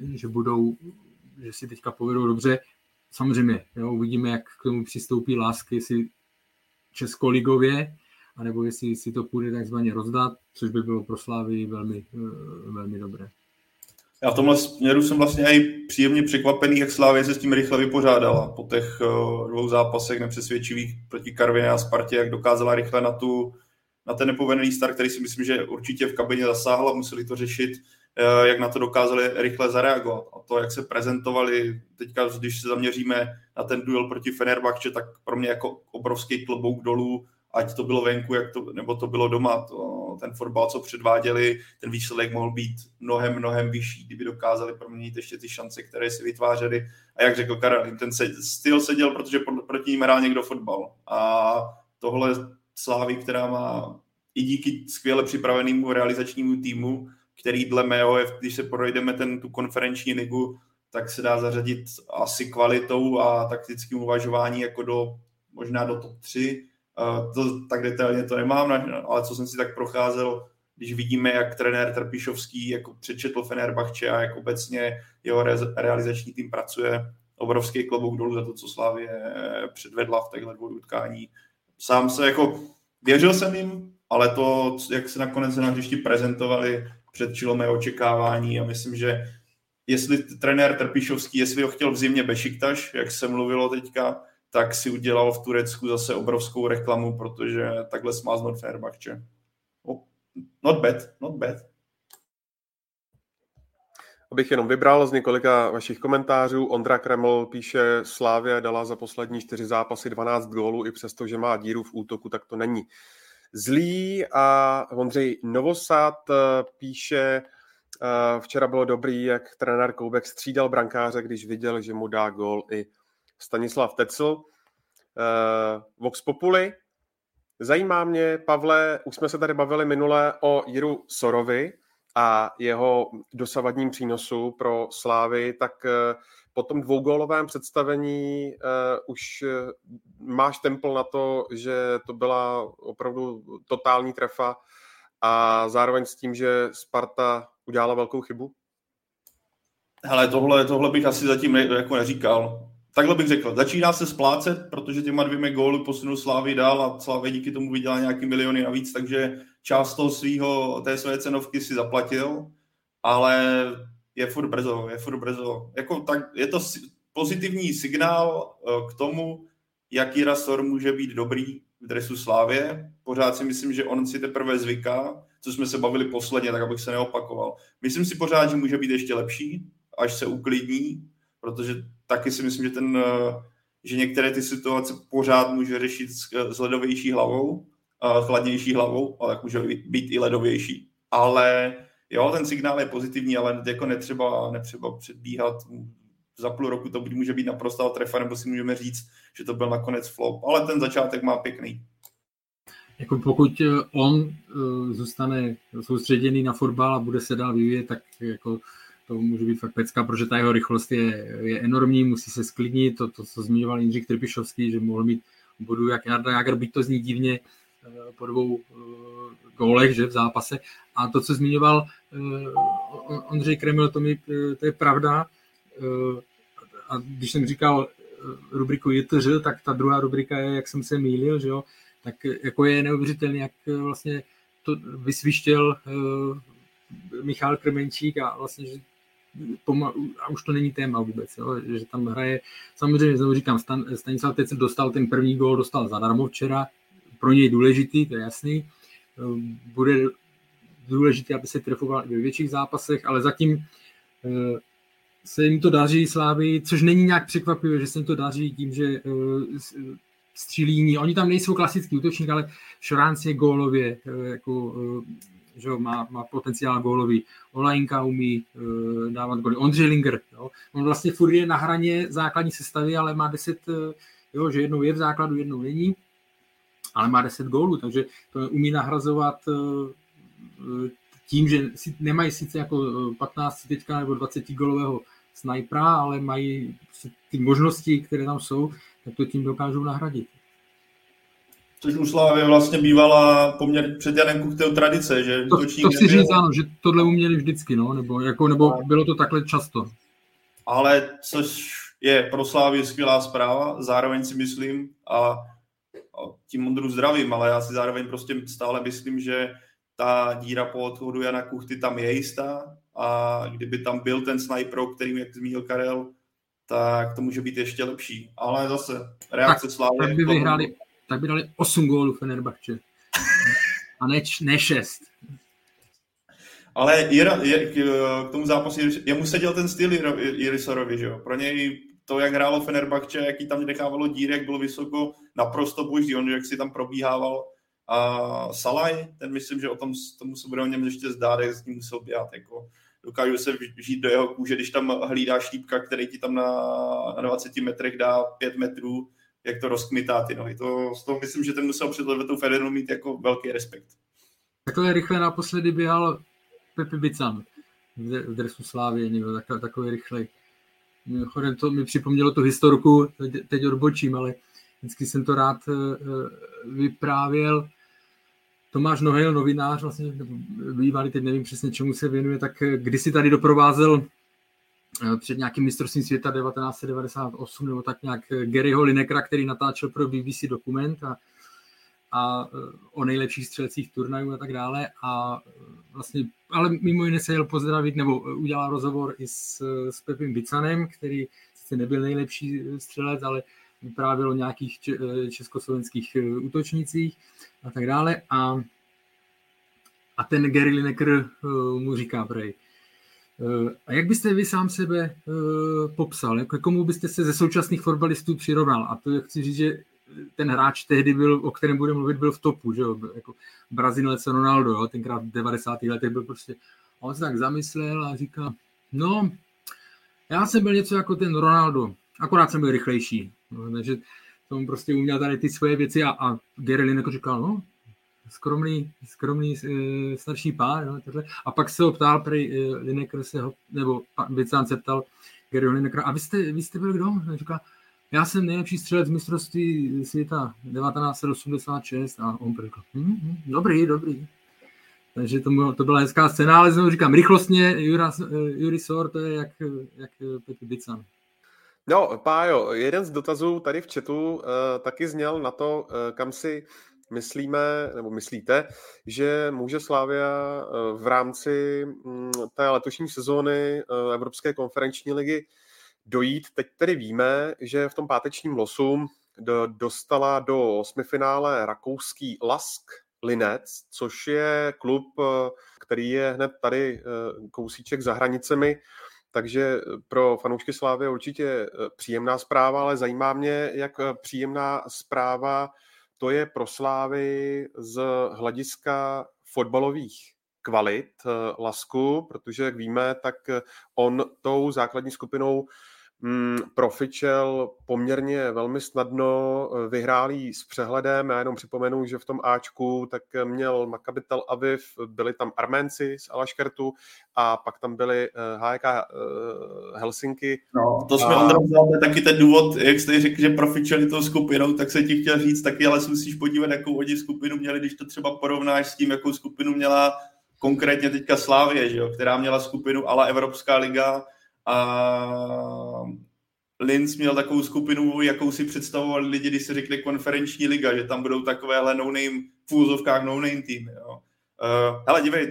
si teďka povedou dobře. Samozřejmě, jo, uvidíme, jak k tomu přistoupí Lásk, jestli českoligově, anebo jestli si to půjde takzvaně rozdat, což by bylo pro Slávii velmi, velmi dobré. Já v tomhle směru jsem vlastně i příjemně překvapený, jak Slávie se s tím rychle vypořádala. Po těch 2 zápasech nepřesvědčivých proti Karviné a Spartě, jak dokázala rychle na ten nepovedený start, který si myslím, že určitě v kabině zasáhla, museli to řešit, jak na to dokázali rychle zareagovat. A to, jak se prezentovali, teďka, když se zaměříme na ten duel proti Fenerbahče, tak pro mě jako obrovský klobouk dolů, ať to bylo venku, nebo to bylo doma. Ten fotbal, co předváděli, ten výsledek mohl být mnohem vyšší, kdyby dokázali proměnit ještě ty šance, které si vytvářeli. A jak řekl Karel, ten styl seděl, protože proti ním hrál někdo fotbal. A tohle Slávy, která má i díky skvěle připravenému realizačnímu týmu, který dle mého, když se projdeme tu konferenční ligu, tak se dá zařadit asi kvalitou a taktickým uvažování jako možná do top 3. Tak detailně to nemám, ale co jsem si tak procházel, když vidíme, jak trenér Trpišovský jako přečetl Fenerbahče a jak obecně jeho realizační tým pracuje, obrovský klobouk dolů za to, co Slavie předvedla v těchto 2 utkání. Sám se věřil jsem jim, ale to, jak se nakonec na hřišti prezentovali, předčilo mé očekávání a myslím, že jestli trenér Trpišovský, jestli ho chtěl v zimě Bešiktaš, jak se mluvilo teďka, tak si udělal v Turecku zase obrovskou reklamu, protože takhle smáznul Fenerbahče. Not bad. Abych jenom vybral z několika vašich komentářů. Ondra Kreml píše, Slavia dala za poslední 4 zápasy 12 gólů, i přesto, že má díru v útoku, tak to není zlý. A Ondřej Novosad píše, včera bylo dobrý, jak trenér Koubek střídal brankáře, když viděl, že mu dá gól i Stanislav Tecl. Vox Populi. Zajímá mě, Pavle, už jsme se tady bavili minule o Jiru Sorovi a jeho dosavadním přínosu pro Slávy, tak po tom 2gólovém představení už máš templ na to, že to byla opravdu totální trefa a zároveň s tím, že Sparta udělala velkou chybu? Hele, tohle bych asi zatím neříkal. Takhle bych řekl, začíná se splácet, protože těma 2 góly posunul Slávy dál a Slávy díky tomu vydělá nějaký miliony navíc, takže část toho té své cenovky si zaplatil, ale je furt brzo. Je to pozitivní signál k tomu, jak Jira Sor může být dobrý v dresu Slávie. Pořád si myslím, že on si teprve zvyká, co jsme se bavili posledně, tak abych se neopakoval. Myslím si pořád, že může být ještě lepší, až se uklidní, protože taky si myslím, že některé ty situace pořád může řešit s ledovější hlavou, chladnější hlavou, ale tak může být i ledovější. Ale jo, ten signál je pozitivní, ale jako netřeba předbíhat. Za půl roku to může být naprostá trefa, nebo si můžeme říct, že to byl nakonec flop. Ale ten začátek má pěkný. Jako pokud on zůstane soustředěný na fotbal a bude se dál vyvíjet, tak jako to může být fakt pecka, protože ta jeho rychlost je enormní, musí se sklidnit, to co zmiňoval Jindřich Trpišovský, že mohl mít bodu jak Jarda Jágr, byť to zní divně po 2 gólech, že v zápase. A to, co zmiňoval Ondřej Kreml, to je pravda. A když jsem říkal rubriku JTŘ, tak ta druhá rubrika je, jak jsem se mýlil, že jo, tak jako je neuvěřitelný, jak vlastně to vysvištěl Michal Krmenčík a vlastně, že a už to není téma vůbec, jo, že tam hraje, samozřejmě znovu říkám, Stanislav Tecl dostal ten první gól, dostal zadarmo včera, pro něj důležitý, to je jasný, bude důležitý, aby se trefoval i ve větších zápasech, ale zatím se jim to daří Slávii, což není nějak překvapivé, že se jim to daří tím, že střílíní. Oni tam nejsou klasický útočník, ale Šránc je gólově, jako, že má potenciál gólový. Olajinka umí dávat góly. Ondřej Linger, jo. On vlastně furt je na hraně základní sestavy, ale má 10, jo, že jednou je v základu, jednou není, ale má 10 gólů, takže to umí nahrazovat tím, že nemají sice jako 15 teďka nebo 20 gólového snajpera, ale mají ty možnosti, které tam jsou, tak to tím dokážou nahradit. Což u Slávy vlastně bývala poměrně před Janem Kuchtou tradice, že to chci říct, ano, že tohle uměli vždycky, no, nebo bylo to takhle často. Ale což je pro Slávy skvělá zpráva, zároveň si myslím, a tím Mondru zdravím, ale já si zároveň prostě stále myslím, že ta díra po odchodu Jana Kuchty tam je jistá a kdyby tam byl ten sniper, kterým, jak zmínil Karel, tak to může být ještě lepší. Ale zase reakce Slávy... Tak by dali 8 gólů Fenerbahče. A ne 6. Ale k tomu zápasu jemu seděl ten styl Irisorovi, že jo? Pro něj to, jak hrálo Fenerbahče, jaký tam nechávalo díry, jak bylo vysoko, naprosto boží. On, jak si tam probíhával. A Salaj, ten myslím, že tomu se bude o něm ještě zdát, jak s ním musel běhat. Jako, dokážu se žít do jeho kůže, když tam hlídáš týpka, který ti tam na 20 metrech dá 5 metrů, jak to rozkmitá ty nohy. Z toho myslím, že ten musel před Levetou Federenu mít jako velký respekt. Takhle rychle naposledy běhal Pepi Bican v dresu Slávy, někdo takový rychlej. Mimochodem to mi připomnělo tu historku, teď odbočím, ale vždycky jsem to rád vyprávěl. Tomáš Nohejl, novinář, vlastně bývalý, teď nevím přesně čemu se věnuje, tak kdysi tady doprovázel před nějakým mistrovstvím světa 1998 nebo tak nějak Garyho Linekera, který natáčel pro BBC dokument a o nejlepších střelcích turnajů a tak dále. A vlastně, ale mimo jiné se jel pozdravit nebo udělal rozhovor i s Pepim Bicanem, který sice nebyl nejlepší střelec, ale vyprávěl o nějakých československých útočnících a tak dále. A ten Gary Lineker mu říká prej: a jak byste vy sám sebe popsal? Jako komu byste se ze současných fotbalistů přirovnal? A to chci říct, že ten hráč tehdy byl, o kterém budeme mluvit, byl v topu, že jo? Jako Brazilec Ronaldo, jo? Tenkrát v 90. letech byl prostě, on se tak zamyslel a říká, no, já jsem byl něco jako ten Ronaldo, akorát jsem byl rychlejší. No, takže tomu prostě uměl tady ty svoje věci a Gary Lineker říkal, no, skromný starší pár, no, a pak se ho ptal, Lineker nebo Bican se ptal Garyho Linekera, a vy jste byl kdo? A říká, já jsem nejlepší střelec mistrovství světa 1986 a on řekl, dobrý. Takže to byla hezká scéna, ale znovu říkám, rychlostně Juri Sor, to je jak Petr Bican. No, Pájo, jeden z dotazů tady v chatu taky zněl na to, kam si myslíte, že může Slavia v rámci té letošní sezóny Evropské konferenční ligy dojít. Teď tedy víme, že v tom pátečním losu dostala do osmifinále rakouský Lask Linec, což je klub, který je hned tady kousíček za hranicemi, takže pro fanoušky Slavie určitě příjemná zpráva, ale zajímá mě, jak příjemná zpráva to je pro Slávy z hlediska fotbalových kvalit Lasku, protože jak víme, tak on tou základní skupinou profičel poměrně velmi snadno, vyhrál jí s přehledem. Já jenom připomenu, že v tom Ačku tak měl Maccabi Tel Aviv, byli tam Arménci z Alaškertu a pak tam byli HJK Helsinki. No, to jsme Ondra taky ten důvod, jak jste řekl, že profičeli tou skupinou, tak se ti chtěl říct taky, ale musíš podívat, jakou oni skupinu měli, když to třeba porovnáš s tím, jakou skupinu měla konkrétně teďka Slavie, že jo, která měla skupinu ala Evropská liga. A Linz měl takovou skupinu, jakou si představovali lidi, když se řekli konferenční liga, že tam budou takovéhle no-name, v úzovkách no-name týmy. Hele, dívej,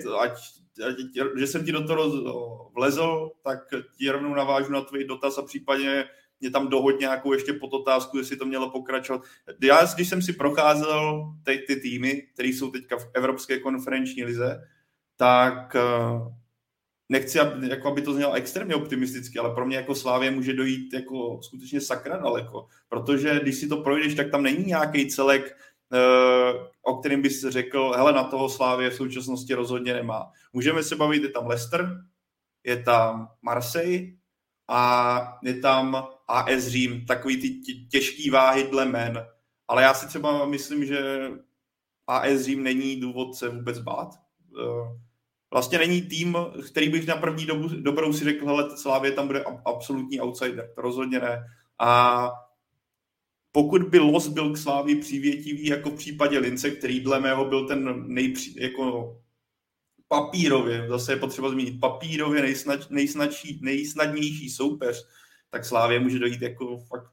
že jsem ti do toho vlezl, tak ti rovnou navážu na tvůj dotaz a případně mě tam dohoď nějakou ještě podotázku, jestli to mělo pokračovat. Já, když jsem si procházel ty týmy, které jsou teďka v Evropské konferenční lize, tak nechci, aby to znělo extrémně optimisticky, ale pro mě jako Slavie může dojít jako skutečně sakra daleko, protože když si to projdeš, tak tam není nějaký celek, o kterým bys řekl, hele, na toho Slavie v současnosti rozhodně nemá. Můžeme se bavit, je tam Leicester, je tam Marseille a je tam AS Řím, takový ty těžký váhy dle men. Ale já si třeba myslím, že AS Řím není důvod se vůbec bát. Vlastně není tým, který bych na první dobrou si řekl, hele, Slavie tam bude absolutní outsider. To rozhodně ne. A pokud by los byl k Slavii přívětivý, jako v případě Lince, který dle mého byl ten jako papírově, zase je potřeba zmínit, papírově nejsnadnější soupeř, tak Slavie může dojít jako fakt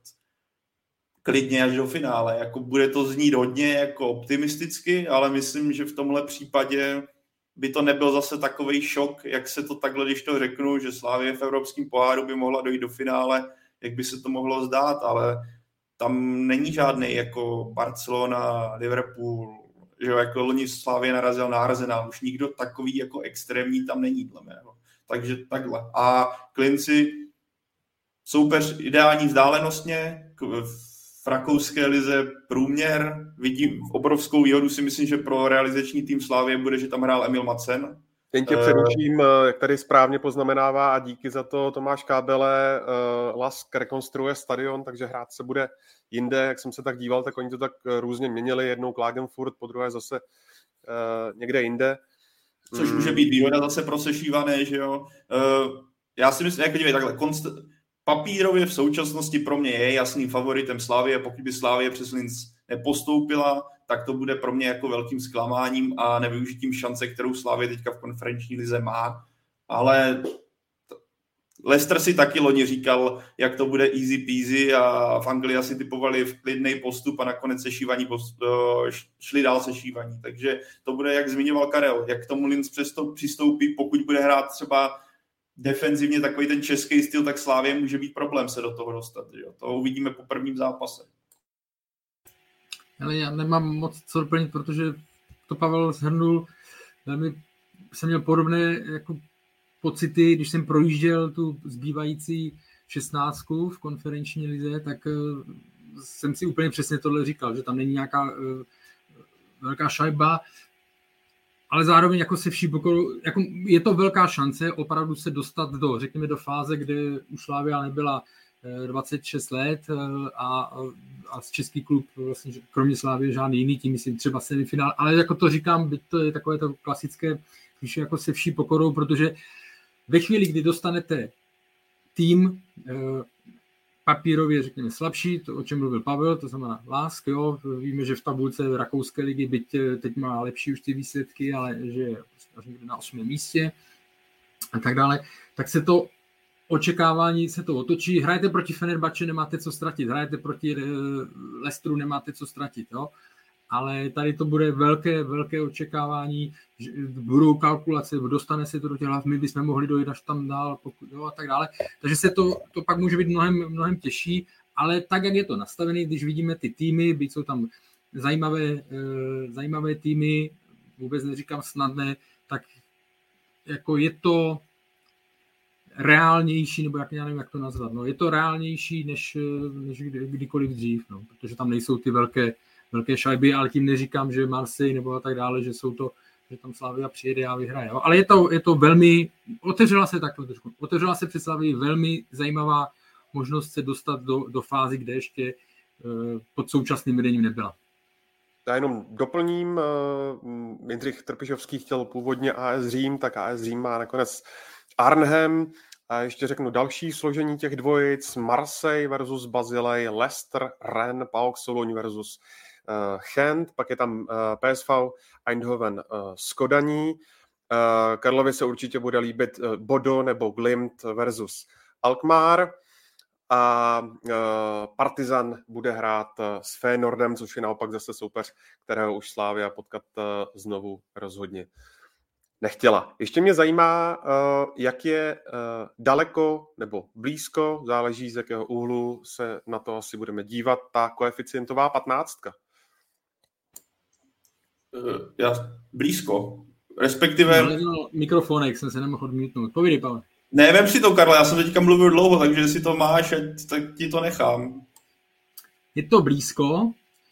klidně až do finále. Jako bude to znít hodně jako optimisticky, ale myslím, že v tomhle případě by to nebyl zase takovej šok, jak se to takhle, když to řeknu, že Slavie v evropském poháru by mohla dojít do finále, jak by se to mohlo zdát, ale tam není žádný jako Barcelona, Liverpool, že jo, jako loni Slavie narazil na Arsenal, už nikdo takový jako extrémní tam není dle mého. Takže takhle. A Klinci soupeř ideální vzdálenostně, v rakouské lize průměr, vidím obrovskou výhodu, si myslím, že pro realizační tým Slavie bude, že tam hrál Emil Macen. Jen tě přeruším, jak tady správně poznamenává a díky za to Tomáš Kábele, Lask rekonstruuje stadion, takže hrát se bude jinde, jak jsem se tak díval, tak oni to tak různě měnili, jednou Klagenfurt, po druhé zase někde jinde. Což může být výhoda zase pro sešívané, že jo. Já si myslím, jak dívej, takhle, papírově v současnosti pro mě je jasným favoritem Slavie, pokud by Slavie přes Linz nepostoupila, tak to bude pro mě jako velkým zklamáním a nevyužitím šance, kterou Slavie teďka v konferenční lize má. Ale Leicester si taky loni říkal, jak to bude easy peasy a v Anglii asi typovali v klidnej postup a nakonec sešívaní šli dál sešívaní. Takže to bude, jak zmiňoval Karel, jak k tomu Linz přistoupí, pokud bude hrát třeba defenzivně takový ten český styl, tak Slavie může být problém se do toho dostat. Jo? To uvidíme po prvním zápase. Ale já nemám moc co doplnit, protože to Pavel shrnul. Velmi jsem měl podobné jako pocity, když jsem projížděl tu zbývající 16 v konferenční lize, tak jsem si úplně přesně tohle říkal, že tam není nějaká velká šajba, ale zároveň jako se vší pokoru, jako je to velká šance opravdu se dostat řekněme do fáze, kde už Slavia nebyla 26 let a z český klub vlastně kromě Slavie žádný jiný tím, myslím třeba semifinál, ale jako to říkám, to je takové to klasické, když jako se vší pokorou, protože ve chvíli, kdy dostanete tým papírově, řekněme, slabší, to, o čem mluvil Pavel, to znamená Lask, jo, víme, že v tabulce rakouské ligy, byť teď má lepší už ty výsledky, ale že je až někde na 8. místě a tak dále, tak se to očekávání se to otočí. Hrajete proti Fenerbahče, nemáte co ztratit, hrajete proti Leicesteru, nemáte co ztratit, jo. Ale tady to bude velké očekávání, že budou kalkulace, dostane se to do těch hlav, my bychom mohli dojít až tam dál, pokud, jo, a tak dále. Takže se to pak může být mnohem těžší, ale tak, jak je to nastavené, když vidíme ty týmy, byť jsou tam zajímavé týmy, vůbec neříkám snadné, tak jako je to reálnější, nebo já nevím, jak to nazvat, no, je to reálnější než kdykoliv dřív, no, protože tam nejsou ty velké šajby, ale tím neříkám, že Marseille nebo a tak dále, že jsou to, že tam Slavia přijede a vyhraje. Jo. Ale je to velmi, otevřela se před Slavii velmi zajímavá možnost se dostat do fázy, kde ještě pod současným vedením nebyla. Já jenom doplním, Jindřich Trpišovský chtěl původně AS Řím, tak AS Řím má nakonec Arnhem. A ještě řeknu další složení těch dvojic. Marseille versus Bazilej, Leicester, Rennes, PAOK Soloň versus Gent, pak je tam PSV Eindhoven s Kodaní. Karlovi se určitě bude líbit Bodo nebo Glimt versus Alkmaar. A Partizan bude hrát s Feyenoordem, což je naopak zase soupeř, kterého už Slavia potkat znovu rozhodně nechtěla. Ještě mě zajímá, jak je daleko nebo blízko, záleží z jakého úhlu se na to asi budeme dívat, ta koeficientová 15. Blízko. respektive... Mikrofonek, jsem se nemohl odmítnout. Povídej, Pavle. Ne, vem si to, Karle, já jsem teďka mluvil dlouho, takže jestli to máš, tak ti to nechám. Je to blízko.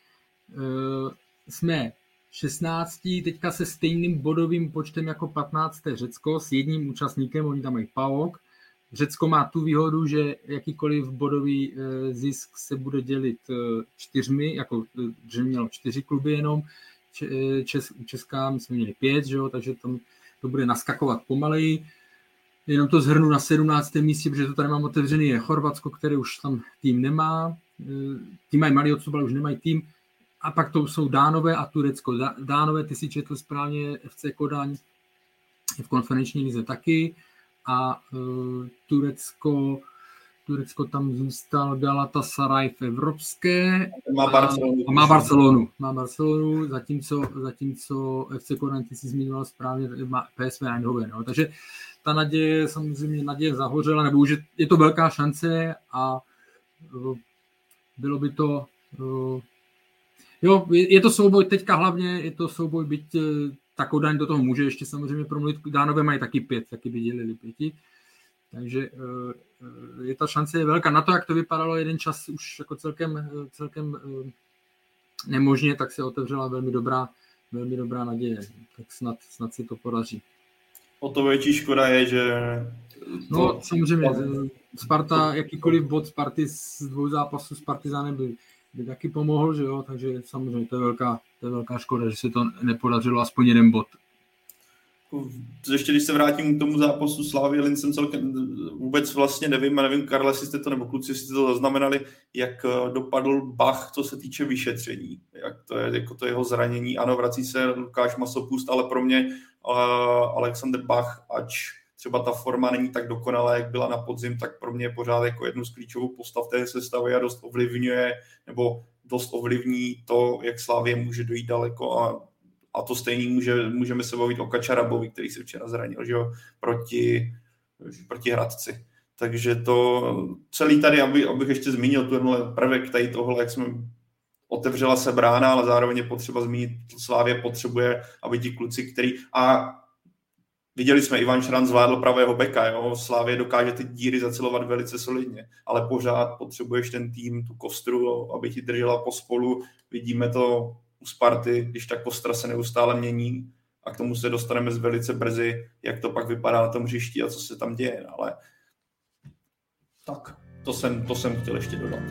Jsme 16, teďka se stejným bodovým počtem jako 15. Řecko s jedním účastníkem, oni tam mají PAOK. Řecko má tu výhodu, že jakýkoliv bodový zisk se bude dělit 4, jako že mělo 4 kluby jenom, Česká my jsme měli 5, že jo, takže tam to bude naskakovat pomaleji. Jenom to zhrnu na 17. místě, protože to tady mám otevřený, je Chorvatsko, které už tam tým nemá. Tým mají malý odstup, ale už nemají tým. A pak to jsou Dánové a Turecko. Dánové, ty si četl správně, FC Kodaň v konferenční lize taky. A Turecko tam zůstal Galatasaray v evropské. Má Barcelonu, zatímco FC Kodaň, ty si zmiňoval správně, má PSV Eindhoven. No. Takže ta naděje zahořela, nebo už je to velká šance a bylo by to... Jo, je to souboj, teďka hlavně je to souboj, byť ta Kodaň do toho může ještě samozřejmě promluvit, Dánové mají taky 5, taky by dělili 5, takže je ta šance je velká. Na to, jak to vypadalo jeden čas už jako celkem nemožně, tak se otevřela velmi dobrá naděje, tak snad se to podaří. O to větší škoda je, že... No samozřejmě, Sparta, jakýkoliv bod Sparty z 2 zápasů s Partizánem by taky pomohl, že jo, takže samozřejmě to je velká škoda, že se to nepodařilo aspoň jeden bod. Ještě když se vrátím k tomu zápasu Slavie Lincem, celkem vůbec vlastně nevím, Karle, jestli jste to, nebo kluci, jestli jste to zaznamenali, jak dopadl Bach, co se týče vyšetření, jak to je, jako to jeho zranění. Ano, vrací se Lukáš Masopust, ale pro mě Alexander Bach, ač třeba ta forma není tak dokonalá, jak byla na podzim, tak pro mě je pořád jako jednu z klíčových postav té sestavy a dost ovlivní to, jak Slavie může dojít daleko a to stejný můžeme se bavit o Kačarabovi, který se včera zranil, že jo, proti Hradci. Takže to celý tady, abych ještě zmínil tenhle prvek tady tohle, jak jsme otevřela se brána, ale zároveň je potřeba zmínit, Slavie potřebuje, aby ti kluci, a viděli jsme, Ivan Šran zvládl pravého beka, jo? Slavie dokáže ty díry zacelovat velice solidně, ale pořád potřebuješ ten tým, tu kostru, aby ti držela pospolu. Vidíme to u Sparty, když ta kostra se neustále mění a k tomu se dostaneme velice brzy, jak to pak vypadá na tom hřišti a co se tam děje. Ale tak, to jsem chtěl ještě dodat.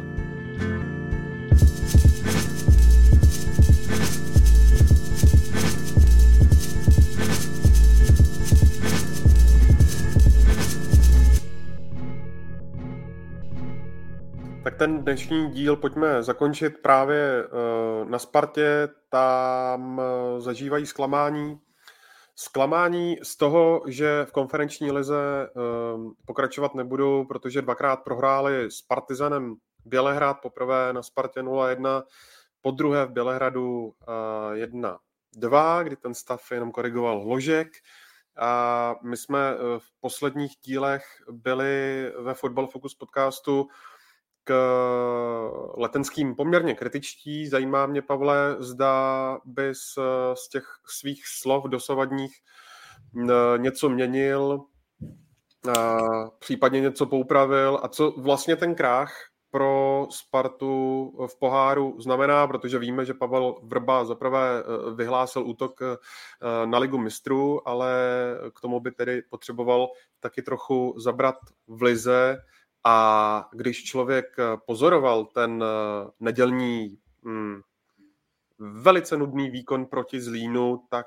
Tak ten dnešní díl pojďme zakončit právě na Spartě. Tam zažívají zklamání z toho, že v konferenční lize pokračovat nebudou, protože 2krát prohráli s Partizanem Bělehrad, poprvé na Spartě 0-1, podruhé v Bělehradu 1-2, kdy ten stav jenom korigoval Hložek. A my jsme v posledních dílech byli ve Football Focus podcastu k letenským poměrně kritičtí. Zajímá mě, Pavle, zda bys z těch svých slov dosavadních něco měnil, případně něco poupravil a co vlastně ten krách pro Spartu v poháru znamená, protože víme, že Pavel Vrba zaprvé vyhlásil útok na Ligu mistrů, ale k tomu by tedy potřeboval taky trochu zabrat v lize. A když člověk pozoroval ten nedělní velice nudný výkon proti Zlínu, tak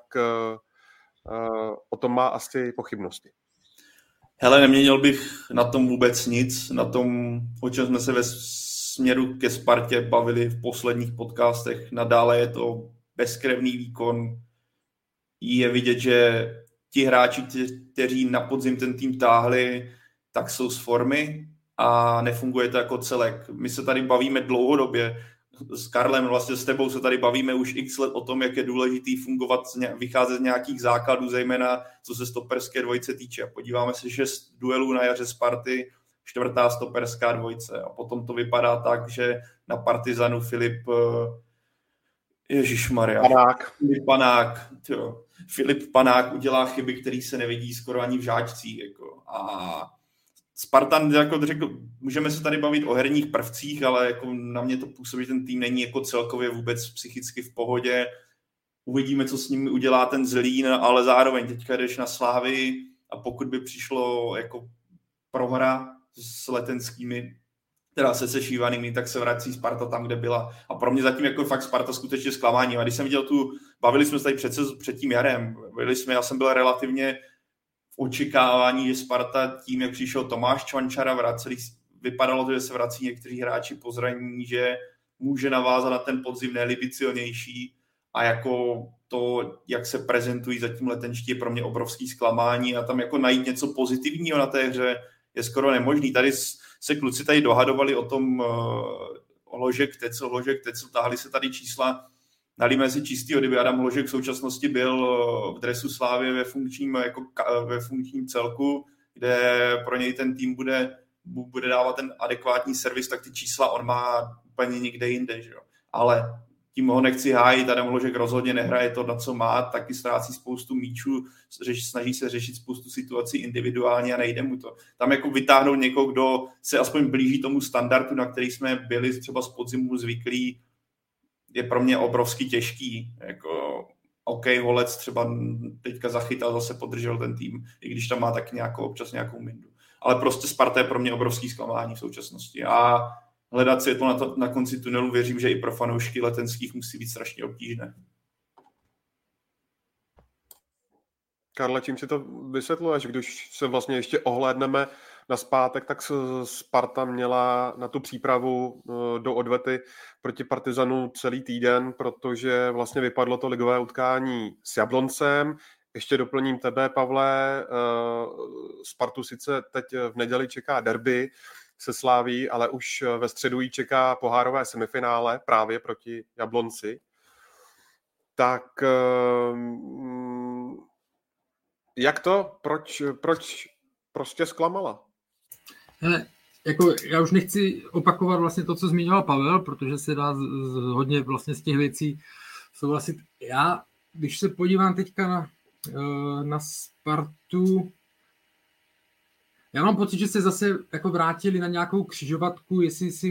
o tom má asi pochybnosti. Hele, neměnil bych na tom vůbec nic, na tom, o čem jsme se ve směru ke Spartě bavili v posledních podcastech. Nadále je to bezkrevný výkon. Je vidět, že ti hráči, kteří na podzim ten tým táhli, tak jsou z formy a nefunguje to jako celek. My se tady bavíme dlouhodobě s Karlem, vlastně s tebou se tady bavíme už x let o tom, jak je důležitý fungovat, vycházet z nějakých základů, zejména co se stoperské dvojice týče. Podíváme se 6 duelů na jaře Sparty, 4. stoperská dvojice a potom to vypadá tak, že na Partizanu Filip Ježišmarja. Filip Panák udělá chyby, které se nevidí skoro ani v žáčcích. Jako. A Spartan, jako řekl, můžeme se tady bavit o herních prvcích, ale jako na mě to působí, že ten tým není jako celkově vůbec psychicky v pohodě. Uvidíme, co s ním udělá ten Zlín, ale zároveň teďka jdeš na Slávy a pokud by přišlo jako prohra s Letenskými, teda se sešívanými, tak se vrací Sparta tam, kde byla. A pro mě zatím jako fakt Sparta skutečně zklamání. A když jsem viděl bavili jsme se tady před tím jarem, já jsem byl relativně v očekávání, že Sparta tím, jak přišel Tomáš Čvančara, vypadalo to, že se vrací někteří hráči po zranění, že může navázat na ten podzim, ne-li být silnější. A jako to, jak se prezentují zatím letenští, je pro mě obrovský zklamání a tam jako najít něco pozitivního na té hře je skoro nemožný. Tady se kluci tady dohadovali o tom Hložek, Tecl, tahli se tady čísla, nalíme si čistýho, kdyby Adam Hložek v současnosti byl v dresu Slávy ve funkčním celku, kde pro něj ten tým bude dávat ten adekvátní servis, tak ty čísla on má úplně někde jinde. Že jo? Ale tím ho nechci hájit, Adam Hložek rozhodně nehraje to, na co má, taky ztrácí spoustu míčů, snaží se řešit spoustu situací individuálně a nejde mu to. Tam jako vytáhnout někoho, kdo se aspoň blíží tomu standardu, na který jsme byli třeba z podzimu zvyklí, je pro mě obrovsky těžký. Jako, OK, Holec třeba teďka zachytal, zase podržel ten tým, i když tam má tak občas nějakou mindu. Ale prostě Sparta je pro mě obrovský zklamání v současnosti. A hledat světlo na konci tunelu, věřím, že i pro fanoušky letenských musí být strašně obtížné. Karle, čím si to vysvětluješ, když se vlastně ještě ohlédneme na zpátek, tak Sparta měla na tu přípravu do odvety proti Partizanu celý týden, protože vlastně vypadlo to ligové utkání s Jabloncem. Ještě doplním tebe, Pavle, Spartu sice teď v neděli čeká derby se Sláví, ale už ve středu jí čeká pohárové semifinále právě proti Jablonci. Tak jak to? Proč prostě zklamala? Hele, jako já už nechci opakovat vlastně to, co zmiňoval Pavel, protože se dá hodně vlastně z těch věcí souhlasit. Já, když se podívám teďka na Spartu, já mám pocit, že se zase jako vrátili na nějakou křižovatku, jestli si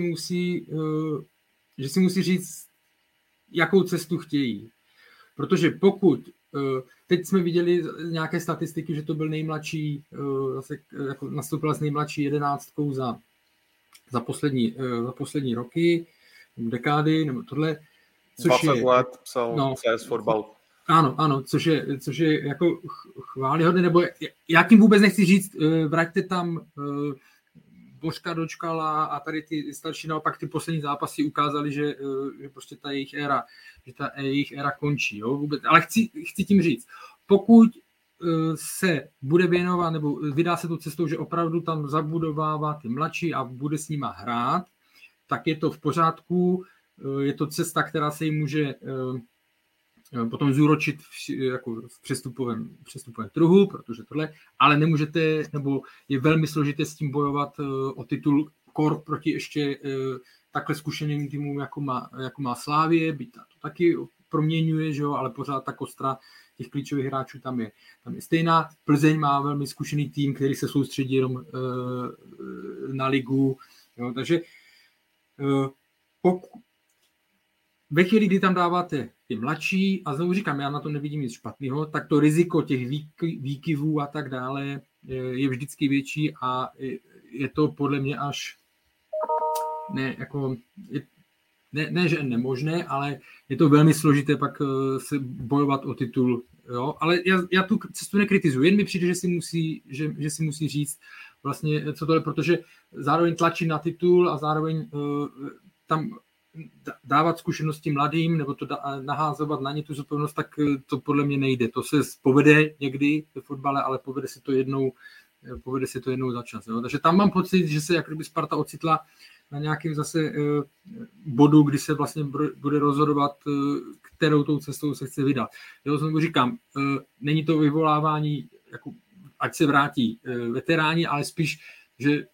musí říct, jakou cestu chtějí. Protože pokud teď jsme viděli nějaké statistiky, že to byl nejmladší, zase jako nastoupila s nejmladší 11 za poslední roky, dekády, nebo tohle. 20 let psal CS Fotbal. Ano, což je jako chválihodné, nebo já tím vůbec nechci říct, vraťte tam Božka Dočkala a tady ty starší, naopak ty poslední zápasy ukázali, že prostě ta jejich éra končí. Jo? Vůbec. Ale chci tím říct, pokud se bude věnovat nebo vydá se tou cestou, že opravdu tam zabudovává ty mladší a bude s nima hrát, tak je to v pořádku, je to cesta, která se jim může potom zúročit v přestupovém trhu, protože tohle, ale nemůžete, nebo je velmi složité s tím bojovat o titul kor proti ještě takhle zkušeným týmům, jako má Slávie, byť to taky proměňuje, že jo, ale pořád ta kostra těch klíčových hráčů tam je stejná. Plzeň má velmi zkušený tým, který se soustředí jenom na ligu, jo, takže ve chvíli, kdy tam dáváte ty mladší, a znovu říkám, já na to nevidím nic špatného, tak to riziko těch výkyvů a tak dále je vždycky větší a je to podle mě až ne, že nemožné, ale je to velmi složité pak se bojovat o titul. Jo? Ale já tu cestu nekritizuji, jen mi přijde, že si musí říct vlastně, co to je, protože zároveň tlačí na titul a zároveň tam dávat zkušenosti mladým nebo to naházovat na ně tu zodpovědnost, tak to podle mě nejde. To se povede někdy ve fotbale, ale povede se to jednou za čas. Jo? Takže tam mám pocit, že se jak kdyby Sparta ocitla na nějakém zase bodu, kdy se vlastně bude rozhodovat, kterou tou cestou se chce vydat. Jo, znovu říkám, není to vyvolávání, jako, ať se vrátí veteráni, ale spíš, že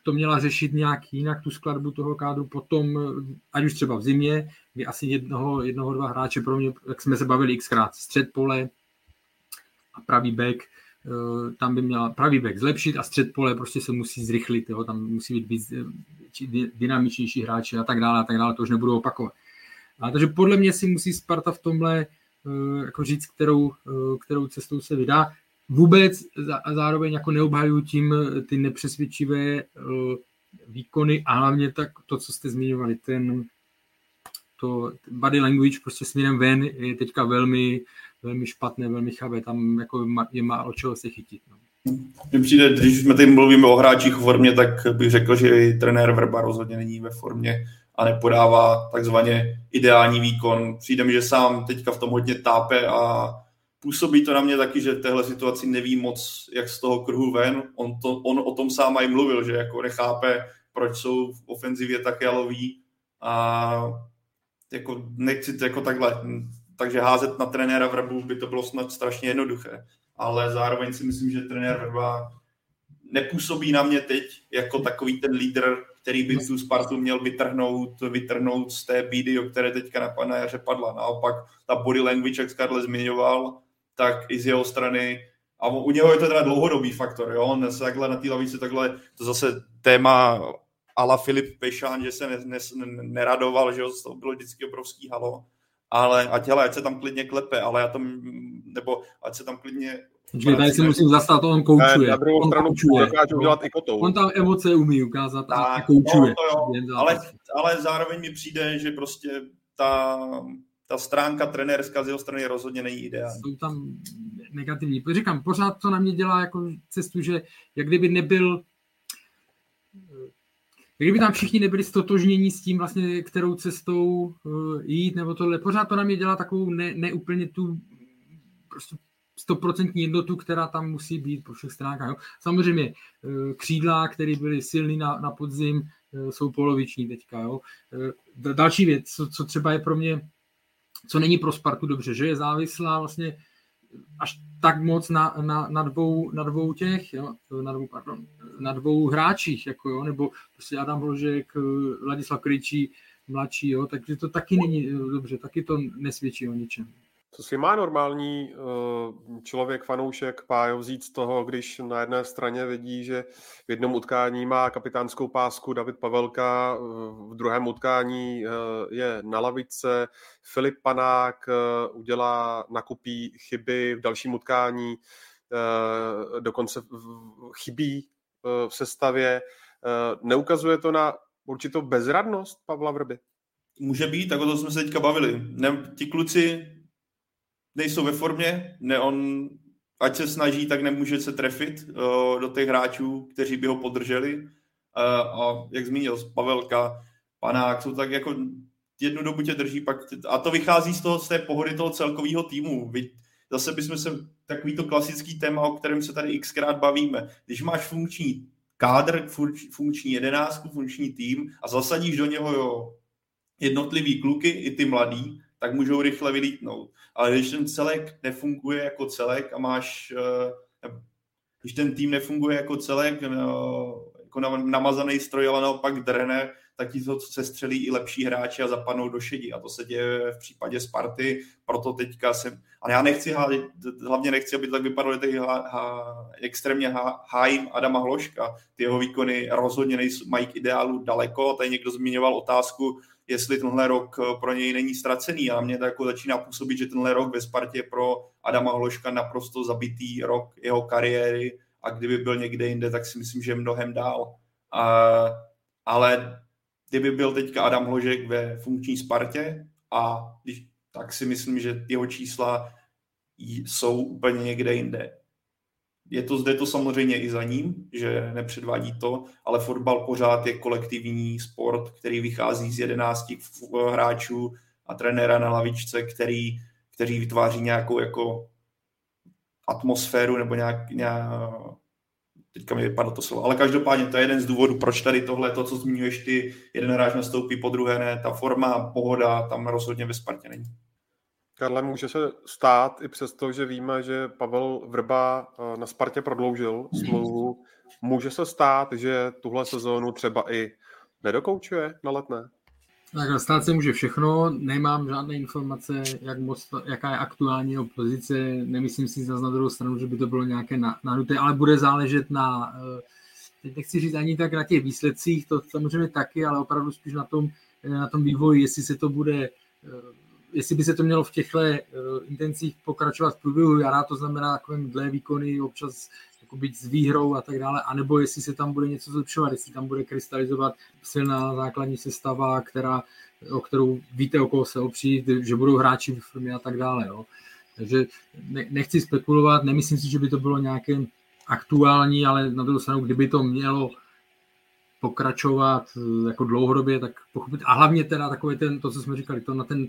to měla řešit nějak jinak, tu skladbu toho kádru potom, ať už třeba v zimě, kdy asi jednoho, dva hráče pro mě, jak jsme se bavili xkrát, střed pole a pravý back, tam by měla pravý back zlepšit a střed pole prostě se musí zrychlit, jo? Tam musí být víc dynamičnější hráči a tak dále, to už nebudu opakovat. A takže podle mě si musí Sparta v tomhle jako říct, kterou cestou se vydá. Vůbec zároveň jako neobhajuju tím ty nepřesvědčivé výkony a hlavně tak to, co jste zmiňovali, to body language prostě směrem ven je teďka velmi, velmi špatné, velmi chavé, tam jako je málo čeho se chytit. No. Mně přijde, když jsme tady mluvíme o hráčích v formě, tak bych řekl, že i trenér Vrba rozhodně není ve formě a nepodává takzvaně ideální výkon. Přijde mi, že sám teďka v tom hodně tápe a působí to na mě taky, že v téhle situaci neví moc, jak z toho kruhu ven. On o tom sám i mluvil, že jako nechápe, proč jsou v ofenzivě tak jaloví a jako nechci jako takhle. Takže házet na trenéra Vrbu by to bylo snad strašně jednoduché. Ale zároveň si myslím, že trenér Vrba nepůsobí na mě teď jako takový ten lídr, který by tu Spartu měl vytrhnout z té bídy, o které teďka na jaře padla. Naopak ta body language, jak Karle zmiňoval, tak i z jeho strany, a u něho je to teda dlouhodobý faktor, jo? On se takhle na té lavici, takhle, to zase téma ala Filip Pešán, že se neradoval, že to bylo vždycky obrovský halo, ale ať se tam klidně klepe, ale nebo ať se tam klidně... Tady se musím zastat, on koučuje. Na druhou stranu dokážu dělat i kotou. On tam emoce umí ukázat a koučuje. No, ale zároveň mi přijde, že prostě ta stránka trenérská z jeho strany rozhodně není ideální. Jsou tam negativní. Říkám, pořád to na mě dělá jako cestu, že jak kdyby tam všichni nebyli stotožnění s tím vlastně, kterou cestou jít, nebo tohle. Pořád to na mě dělá takovou neúplně tu prostě 100% jednotu, která tam musí být po všech stránkách. Jo. Samozřejmě křídla, které byly silný na podzim, jsou poloviční teďka. Jo. Další věc, co třeba je pro mě, co není pro Spartu dobře, že je závislá vlastně až tak moc na dvou hráčích, jako jo, nebo prostě Adam Hložek, Ladislav Krejčí, mladší, jo, takže to taky není dobře, taky to nesvědčí o ničem. Co si má normální člověk, fanoušek, Pájo, vzít z toho, když na jedné straně vidí, že v jednom utkání má kapitánskou pásku David Pavelka, v druhém utkání je na lavice, Filip Panák nakupí chyby v dalším utkání, dokonce chybí v sestavě. Neukazuje to na určitou bezradnost Pavla Vrby? Může být, tak o to jsme se teďka bavili. Ti kluci nejsou ve formě, ať se snaží, tak nemůže se trefit do těch hráčů, kteří by ho podrželi. A jak zmínil Pavelka, Panák, jsou tak jako jednu dobu tě drží, pak a to vychází z té pohody toho celkového týmu. Zase bychom se takový to klasický téma, o kterém se tady xkrát bavíme. Když máš funkční kádr, funkční jedenáctku, funkční tým a zasadíš do něho jednotlivý kluky, i ty mladý, tak můžou rychle vylítnout. Ale když ten celek nefunguje jako celek a když ten tým nefunguje jako celek, jako namazaný stroj, ale naopak drhne, tak ti to sestřelí i lepší hráči a zapadnou do šedi. A to se děje v případě Sparty, proto teďka ale já hlavně nechci, aby tak vypadalo, že extrémně hájím Adama Hložka. Ty jeho výkony rozhodně mají k ideálu daleko. Tady někdo zmiňoval otázku, jestli tenhle rok pro něj není ztracený. A mně to jako začíná působit, že tenhle rok ve Spartě pro Adama Hložka naprosto zabitý rok jeho kariéry a kdyby byl někde jinde, tak si myslím, že je mnohem dál. Ale kdyby byl teďka Adam Hložek ve funkční Spartě tak si myslím, že jeho čísla jsou úplně někde jinde. Jde to samozřejmě i za ním, že nepředvádí to, ale fotbal pořád je kolektivní sport, který vychází z 11 hráčů a trenéra na lavičce, který vytváří nějakou jako atmosféru nebo nějak teďka mi vypadlo to slovo, ale každopádně to je jeden z důvodů, proč tady tohle, to, co zmiňuješ ty, jeden hráč nastoupí, po druhé ne, ta forma, pohoda tam rozhodně ve Spartě není. Karle, může se stát i přesto, že víme, že Pavel Vrba na Spartě prodloužil smlouvu, může se stát, že tuhle sezónu třeba i nedokoučuje na Letné? Tak stát se může všechno, nemám žádné informace, jaká je aktuální pozice, nemyslím si zase na druhou stranu, že by to bylo nějaké nanuté, ale bude záležet na, teď nechci říct ani tak na těch výsledcích, to samozřejmě taky, ale opravdu spíš na tom vývoji, jestli by se to mělo v těchto intencích pokračovat v průběhu jara, to znamená takovém dlé výkony, občas jako být s výhrou a tak dále, anebo jestli se tam bude něco zlepšovat, jestli tam bude krystalizovat silná základní sestava, o kterou víte, o koho se opřít, že budou hráči v formě a tak dále. Jo. Takže nechci spekulovat, nemyslím si, že by to bylo nějaké aktuální, ale na druhou stranu, kdyby to mělo pokračovat jako dlouhodobě, tak pochopit. A hlavně teda takové to, co jsme říkali,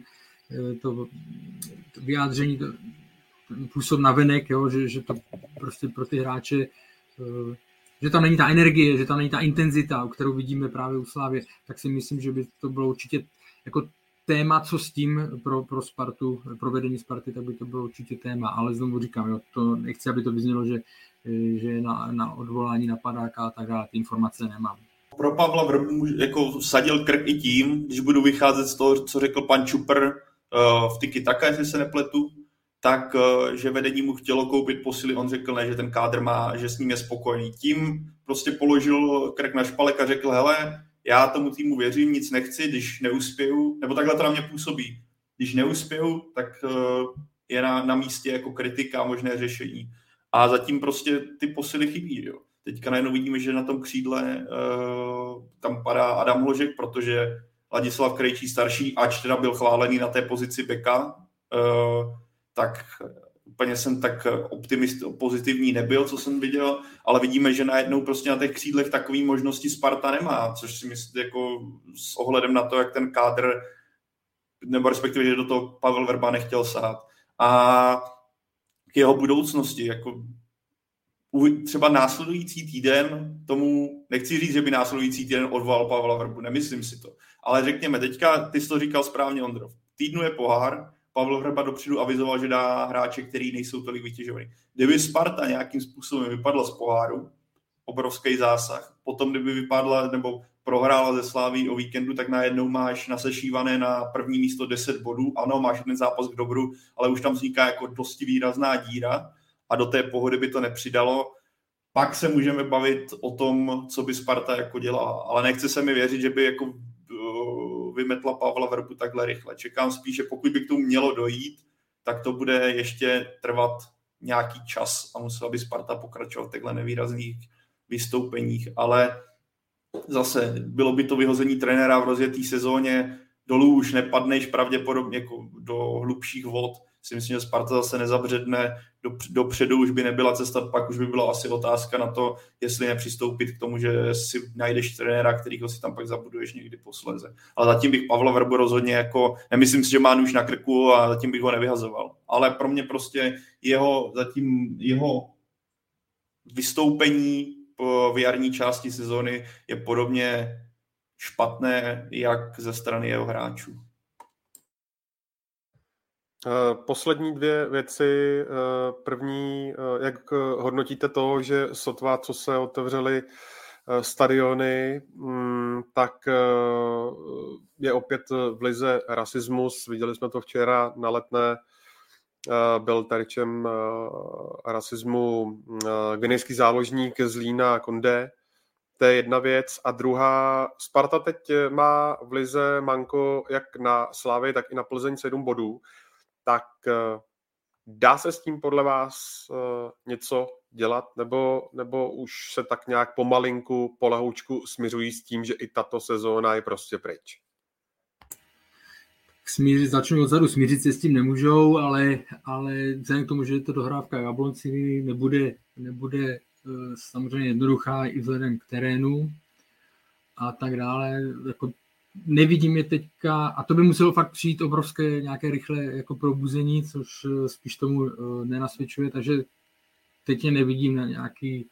to vyjádření, působ na venek, jo, že to prostě pro ty hráče, že tam není ta energie, že tam není ta intenzita, o kterou vidíme právě u Slávě, tak si myslím, že by to bylo určitě jako téma, co s tím pro Spartu, pro vedení Sparty, tak by to bylo určitě téma, ale znovu říkám, jo, to nechci, aby to vyznělo, že na odvolání napadáka a tak dále, ty informace nemám. Pro Pavla Vrbu jako sadil krk i tím, když budu vycházet z toho, co řekl pan Čupr v Tiki Taka, jestli se nepletu, tak, že vedení mu chtělo koupit posily, on řekl ne, že ten kádr má, že s ním je spokojený. Tím prostě položil krk na špalek a řekl, hele, já tomu týmu věřím, nic nechci, když neuspěju, nebo takhle to na mě působí. Když neuspěju, tak je na místě jako kritika a možné řešení. A zatím prostě ty posily chybí, jo. Teďka najednou vidíme, že na tom křídle tam padá Adam Hložek, protože Ladislav Krejčí starší, ač teda byl chválený na té pozici beka, tak úplně jsem tak pozitivní nebyl, co jsem viděl, ale vidíme, že najednou prostě na těch křídlech takové možnosti Sparta nemá, což si myslím jako s ohledem na to, jak ten kádr, nebo respektive, že do toho Pavel Vrba nechtěl sát. A k jeho budoucnosti, jako třeba následující týden, tomu nechci říct, že by následující týden odvolal Pavla Vrbu, nemyslím si to. Ale řekněme, teďka, ty jsi to říkal správně, Ondro, v týdnu je pohár, Pavel Vrba dopředu avizoval, že dá hráče, který nejsou tolik vytěžovaný. Kdyby Sparta nějakým způsobem vypadla z poháru, obrovský zásah, potom kdyby vypadla nebo prohrála ze Sláví o víkendu, tak najednou máš nasešívané na první místo 10 bodů, ano, máš jeden zápas k dobru, ale už tam vzniká jako dosti výrazná díra a do té pohody by to nepřidalo. Pak se můžeme bavit o tom, co by Sparta jako dělala, ale nechce se mi věřit, že by jako vymetla Pavla Vrbu takhle rychle. Čekám spíš, že pokud by k tomu mělo dojít, tak to bude ještě trvat nějaký čas a musela by Sparta pokračovat v těchto nevýrazných vystoupeních, ale zase bylo by to vyhození trenéra v rozjetý sezóně, dolů už nepadneš pravděpodobně jako do hlubších vod. Si myslím, že Sparta zase nezabředne, dopředu už by nebyla cesta, pak už by byla asi otázka na to, jestli nepřistoupit k tomu, že si najdeš trenéra, kterýho si tam pak zabuduješ někdy posléze. Ale zatím bych Pavla Vrbu rozhodně jako, nemyslím si, že má nůž na krku a zatím bych ho nevyhazoval. Ale pro mě prostě jeho vystoupení v jarní části sezóny je podobně špatné, jak ze strany jeho hráčů. Poslední dvě věci. První, jak hodnotíte to, že sotva, co se otevřely stadiony, tak je opět v lize rasismus. Viděli jsme to včera na Letné. Byl terčem rasismu guinejský záložník z Lína Kondé. To je jedna věc. A druhá, Sparta teď má v lize manko jak na Slávy, tak i na Plzeň 7 bodů. Tak dá se s tím podle vás něco dělat, nebo už se tak nějak pomalinku, polehoučku smiřují s tím, že i tato sezóna je prostě pryč? Začnu odzadu, smířit se s tím nemůžou, ale vzhledem k tomu, že je to dohrávka Jablonci, nebude samozřejmě jednoduchá i vzhledem k terénu a tak dále. Jako nevidím je teďka, a to by muselo fakt přijít obrovské nějaké rychlé jako probuzení, což spíš tomu nenasvědčuje, takže teď je nevidím na nějaký,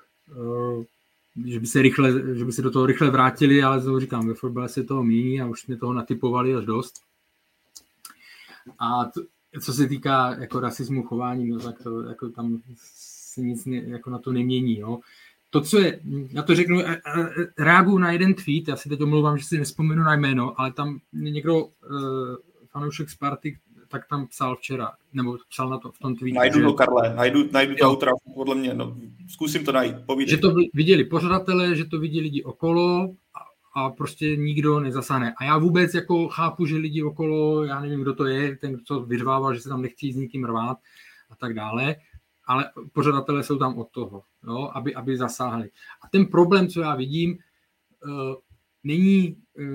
že by se do toho rychle vrátili, ale znovu říkám, ve fotbale se toho míní a už jsme toho natypovali až dost. A co se týká jako rasismu chování, no, tak to jako tam se nic jako na to nemění. No. To, co je, já to řeknu, reaguju na jeden tweet, já si teď omlouvám, že si nespomenu na jméno, ale tam někdo, fanoušek Sparty, tak tam psal včera, nebo psal na to v tom tweetu. Najdu to, Karle, najdu to autora, podle mě, no, zkusím to najít, povídej. Že to viděli pořadatelé, že to viděli lidi okolo a prostě nikdo nezasáhne. A já vůbec jako chápu, že lidi okolo, já nevím, kdo to je, ten, co vyřvával, že se tam nechtějí s nikým rvát a tak dále, ale pořadatelé jsou tam od toho, jo, aby zasáhli. A ten problém, co já vidím, není,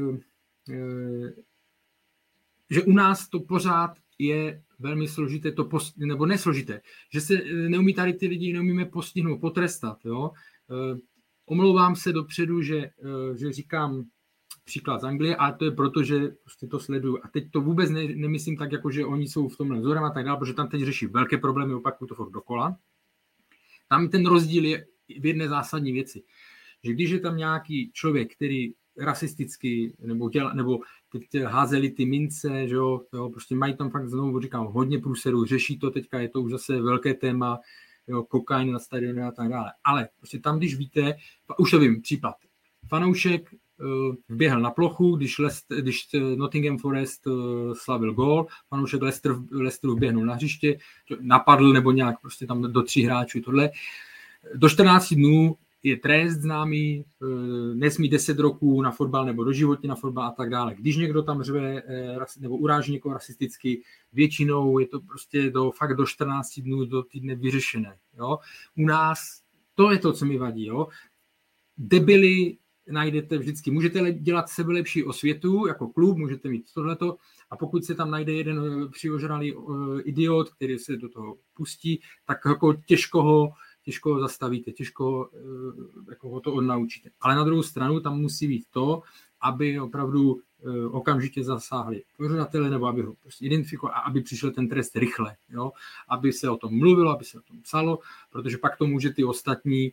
že u nás to pořád je velmi složité, nebo nesložité, že se neumí tady ty lidi, neumíme postihnout, potrestat. Jo? Omlouvám se dopředu, že říkám příklad z Anglie, ale to je proto, že prostě to sleduju. A teď to vůbec nemyslím tak, jako že oni jsou v tomhle vzorem a tak dále, protože tam teď řeší velké problémy, opakuju to furt dokola. Tam ten rozdíl je v jedné zásadní věci. Že když je tam nějaký člověk, který rasisticky nebo teď házeli ty mince, že jo, prostě mají tam fakt, znovu říkám, hodně průserů, řeší to teďka, je to už zase velké téma, jo, kokain na stadionu a tak dále. Ale prostě tam, když víte, už to vím, případ. Fanoušek vběhl na plochu, když Nottingham Forest slavil gól, fanoušek Leicesteru vběhnul na hřiště, napadl nebo nějak prostě tam do 3 hráčů tohle. Do 14 dnů je trest známý, nesmí 10 roků na fotbal nebo doživotně na fotbal a tak dále. Když někdo tam řve nebo uráží někoho rasisticky, většinou je to prostě fakt do 14 dnů, do týdne vyřešené. Jo? U nás to je to, co mi vadí. Jo? Debily najdete vždycky. Můžete dělat sebelepší osvětu jako klub, můžete mít tohleto a pokud se tam najde jeden přiožralý idiot, který se do toho pustí, tak jako těžko ho zastavíte, těžko jako ho to odnaučíte. Ale na druhou stranu tam musí být to, aby opravdu okamžitě zasáhli pořadatelé, nebo aby ho prostě identifikovali a aby přišel ten trest rychle. Jo? Aby se o tom mluvilo, aby se o tom psalo, protože pak to může ty ostatní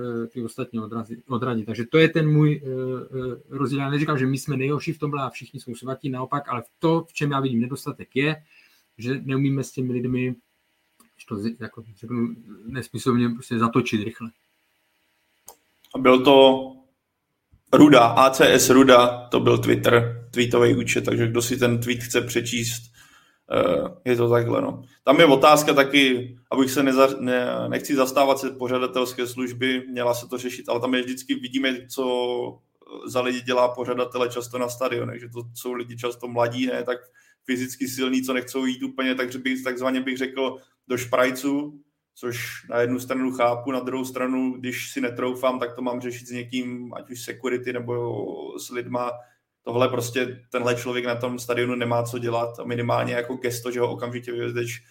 odradit. Takže to je ten můj rozdíl. Já neříkám, že my jsme nejhorší v tomhle a všichni jsou svatí, naopak, ale to, v čem já vidím nedostatek, je, že neumíme s těmi lidmi to jako řeknu nesmyslně prostě zatočit rychle. A byl to Ruda, ACS Ruda, to byl tweetový účet, takže kdo si ten tweet chce přečíst, je to takhle. No. Tam je otázka taky, abych se nechci zastávat se pořadatelské služby, měla se to řešit, ale tam je vždycky vidíme, co za lidi dělá pořadatele často na stadionech, že to jsou lidi často mladí, ne tak fyzicky silní, co nechcou jít úplně, takže takzvaně bych řekl do šprajců, což na jednu stranu chápu, na druhou stranu, když si netroufám, tak to mám řešit s někým, ať už security nebo s lidma. Tohle prostě tenhle člověk na tom stadionu nemá co dělat a minimálně jako gesto, že ho okamžitě vyvezdeš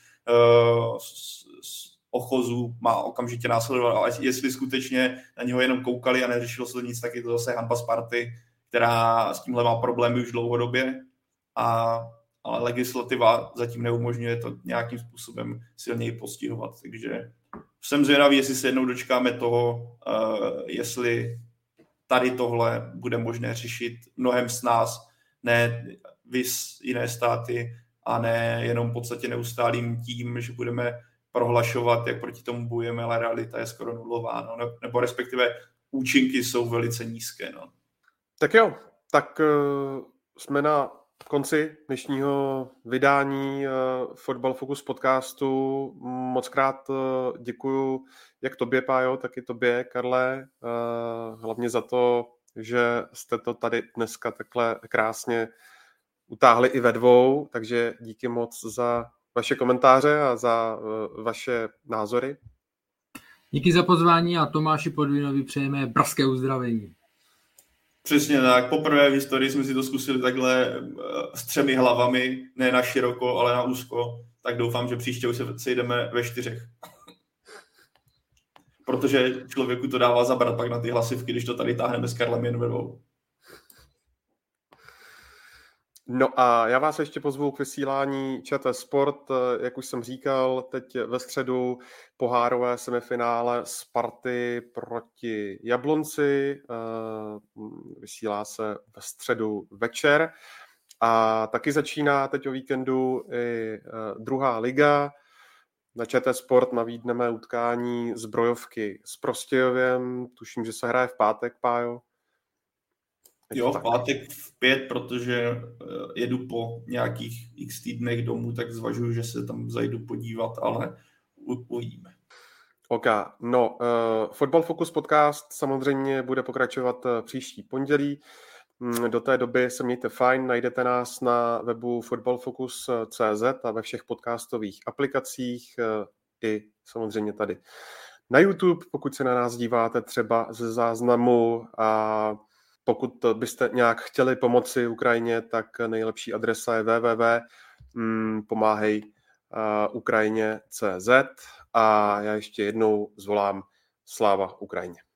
z ochozu, má okamžitě následovat. A jestli skutečně na něho jenom koukali a neřešilo se to nic, tak je to zase hanba Sparty, která s tímhle má problémy už dlouhodobě. Ale legislativa zatím neumožňuje to nějakým způsobem silněji postihovat. Takže jsem zvědavý, jestli se jednou dočkáme toho, jestli tady tohle bude možné řešit mnohem s nás, ne vys jiné státy a ne jenom v podstatě neustálým tím, že budeme prohlašovat, jak proti tomu bojujeme, ale realita je skoro nulová. No, nebo respektive účinky jsou velice nízké. No. Tak jo, tak jsme na konci dnešního vydání Fotbal Focus podcastu. Mockrát děkuju jak tobě, Pájo, tak i tobě, Karle, hlavně za to, že jste to tady dneska takhle krásně utáhli i ve dvou, takže díky moc za vaše komentáře a za vaše názory. Díky za pozvání a Tomáši Podvinovi přejeme brzké uzdravení. Přesně tak. Poprvé v historii jsme si to zkusili takhle s 3 hlavami, ne na široko, ale na úzko. Tak doufám, že příště už se sejdeme ve 4. Protože člověku to dává zabrat pak na ty hlasivky, když to tady táhneme s Karlem jen ve 2. No a já vás ještě pozvu k vysílání ČT Sport. Jak už jsem říkal, teď ve středu pohárové semifinále Sparty proti Jablonci. Vysílá se ve středu večer. A taky začíná teď o víkendu i druhá liga. Na ČT Sport nabídneme utkání Zbrojovky s Prostějovem. Tuším, že se hraje v pátek, Pájo. Jo, v pátek v 5, protože jedu po nějakých x týdnech domů, tak zvažuji, že se tam zajdu podívat, ale uvidíme. OK, no, Football Focus podcast samozřejmě bude pokračovat příští pondělí. Do té doby se mějte fajn, najdete nás na webu footballfocus.cz a ve všech podcastových aplikacích i samozřejmě tady na YouTube, pokud se na nás díváte třeba ze záznamu a pokud byste nějak chtěli pomoci Ukrajině, tak nejlepší adresa je www.pomahej.ukrajině.cz a já ještě jednou zvolám Sláva Ukrajině.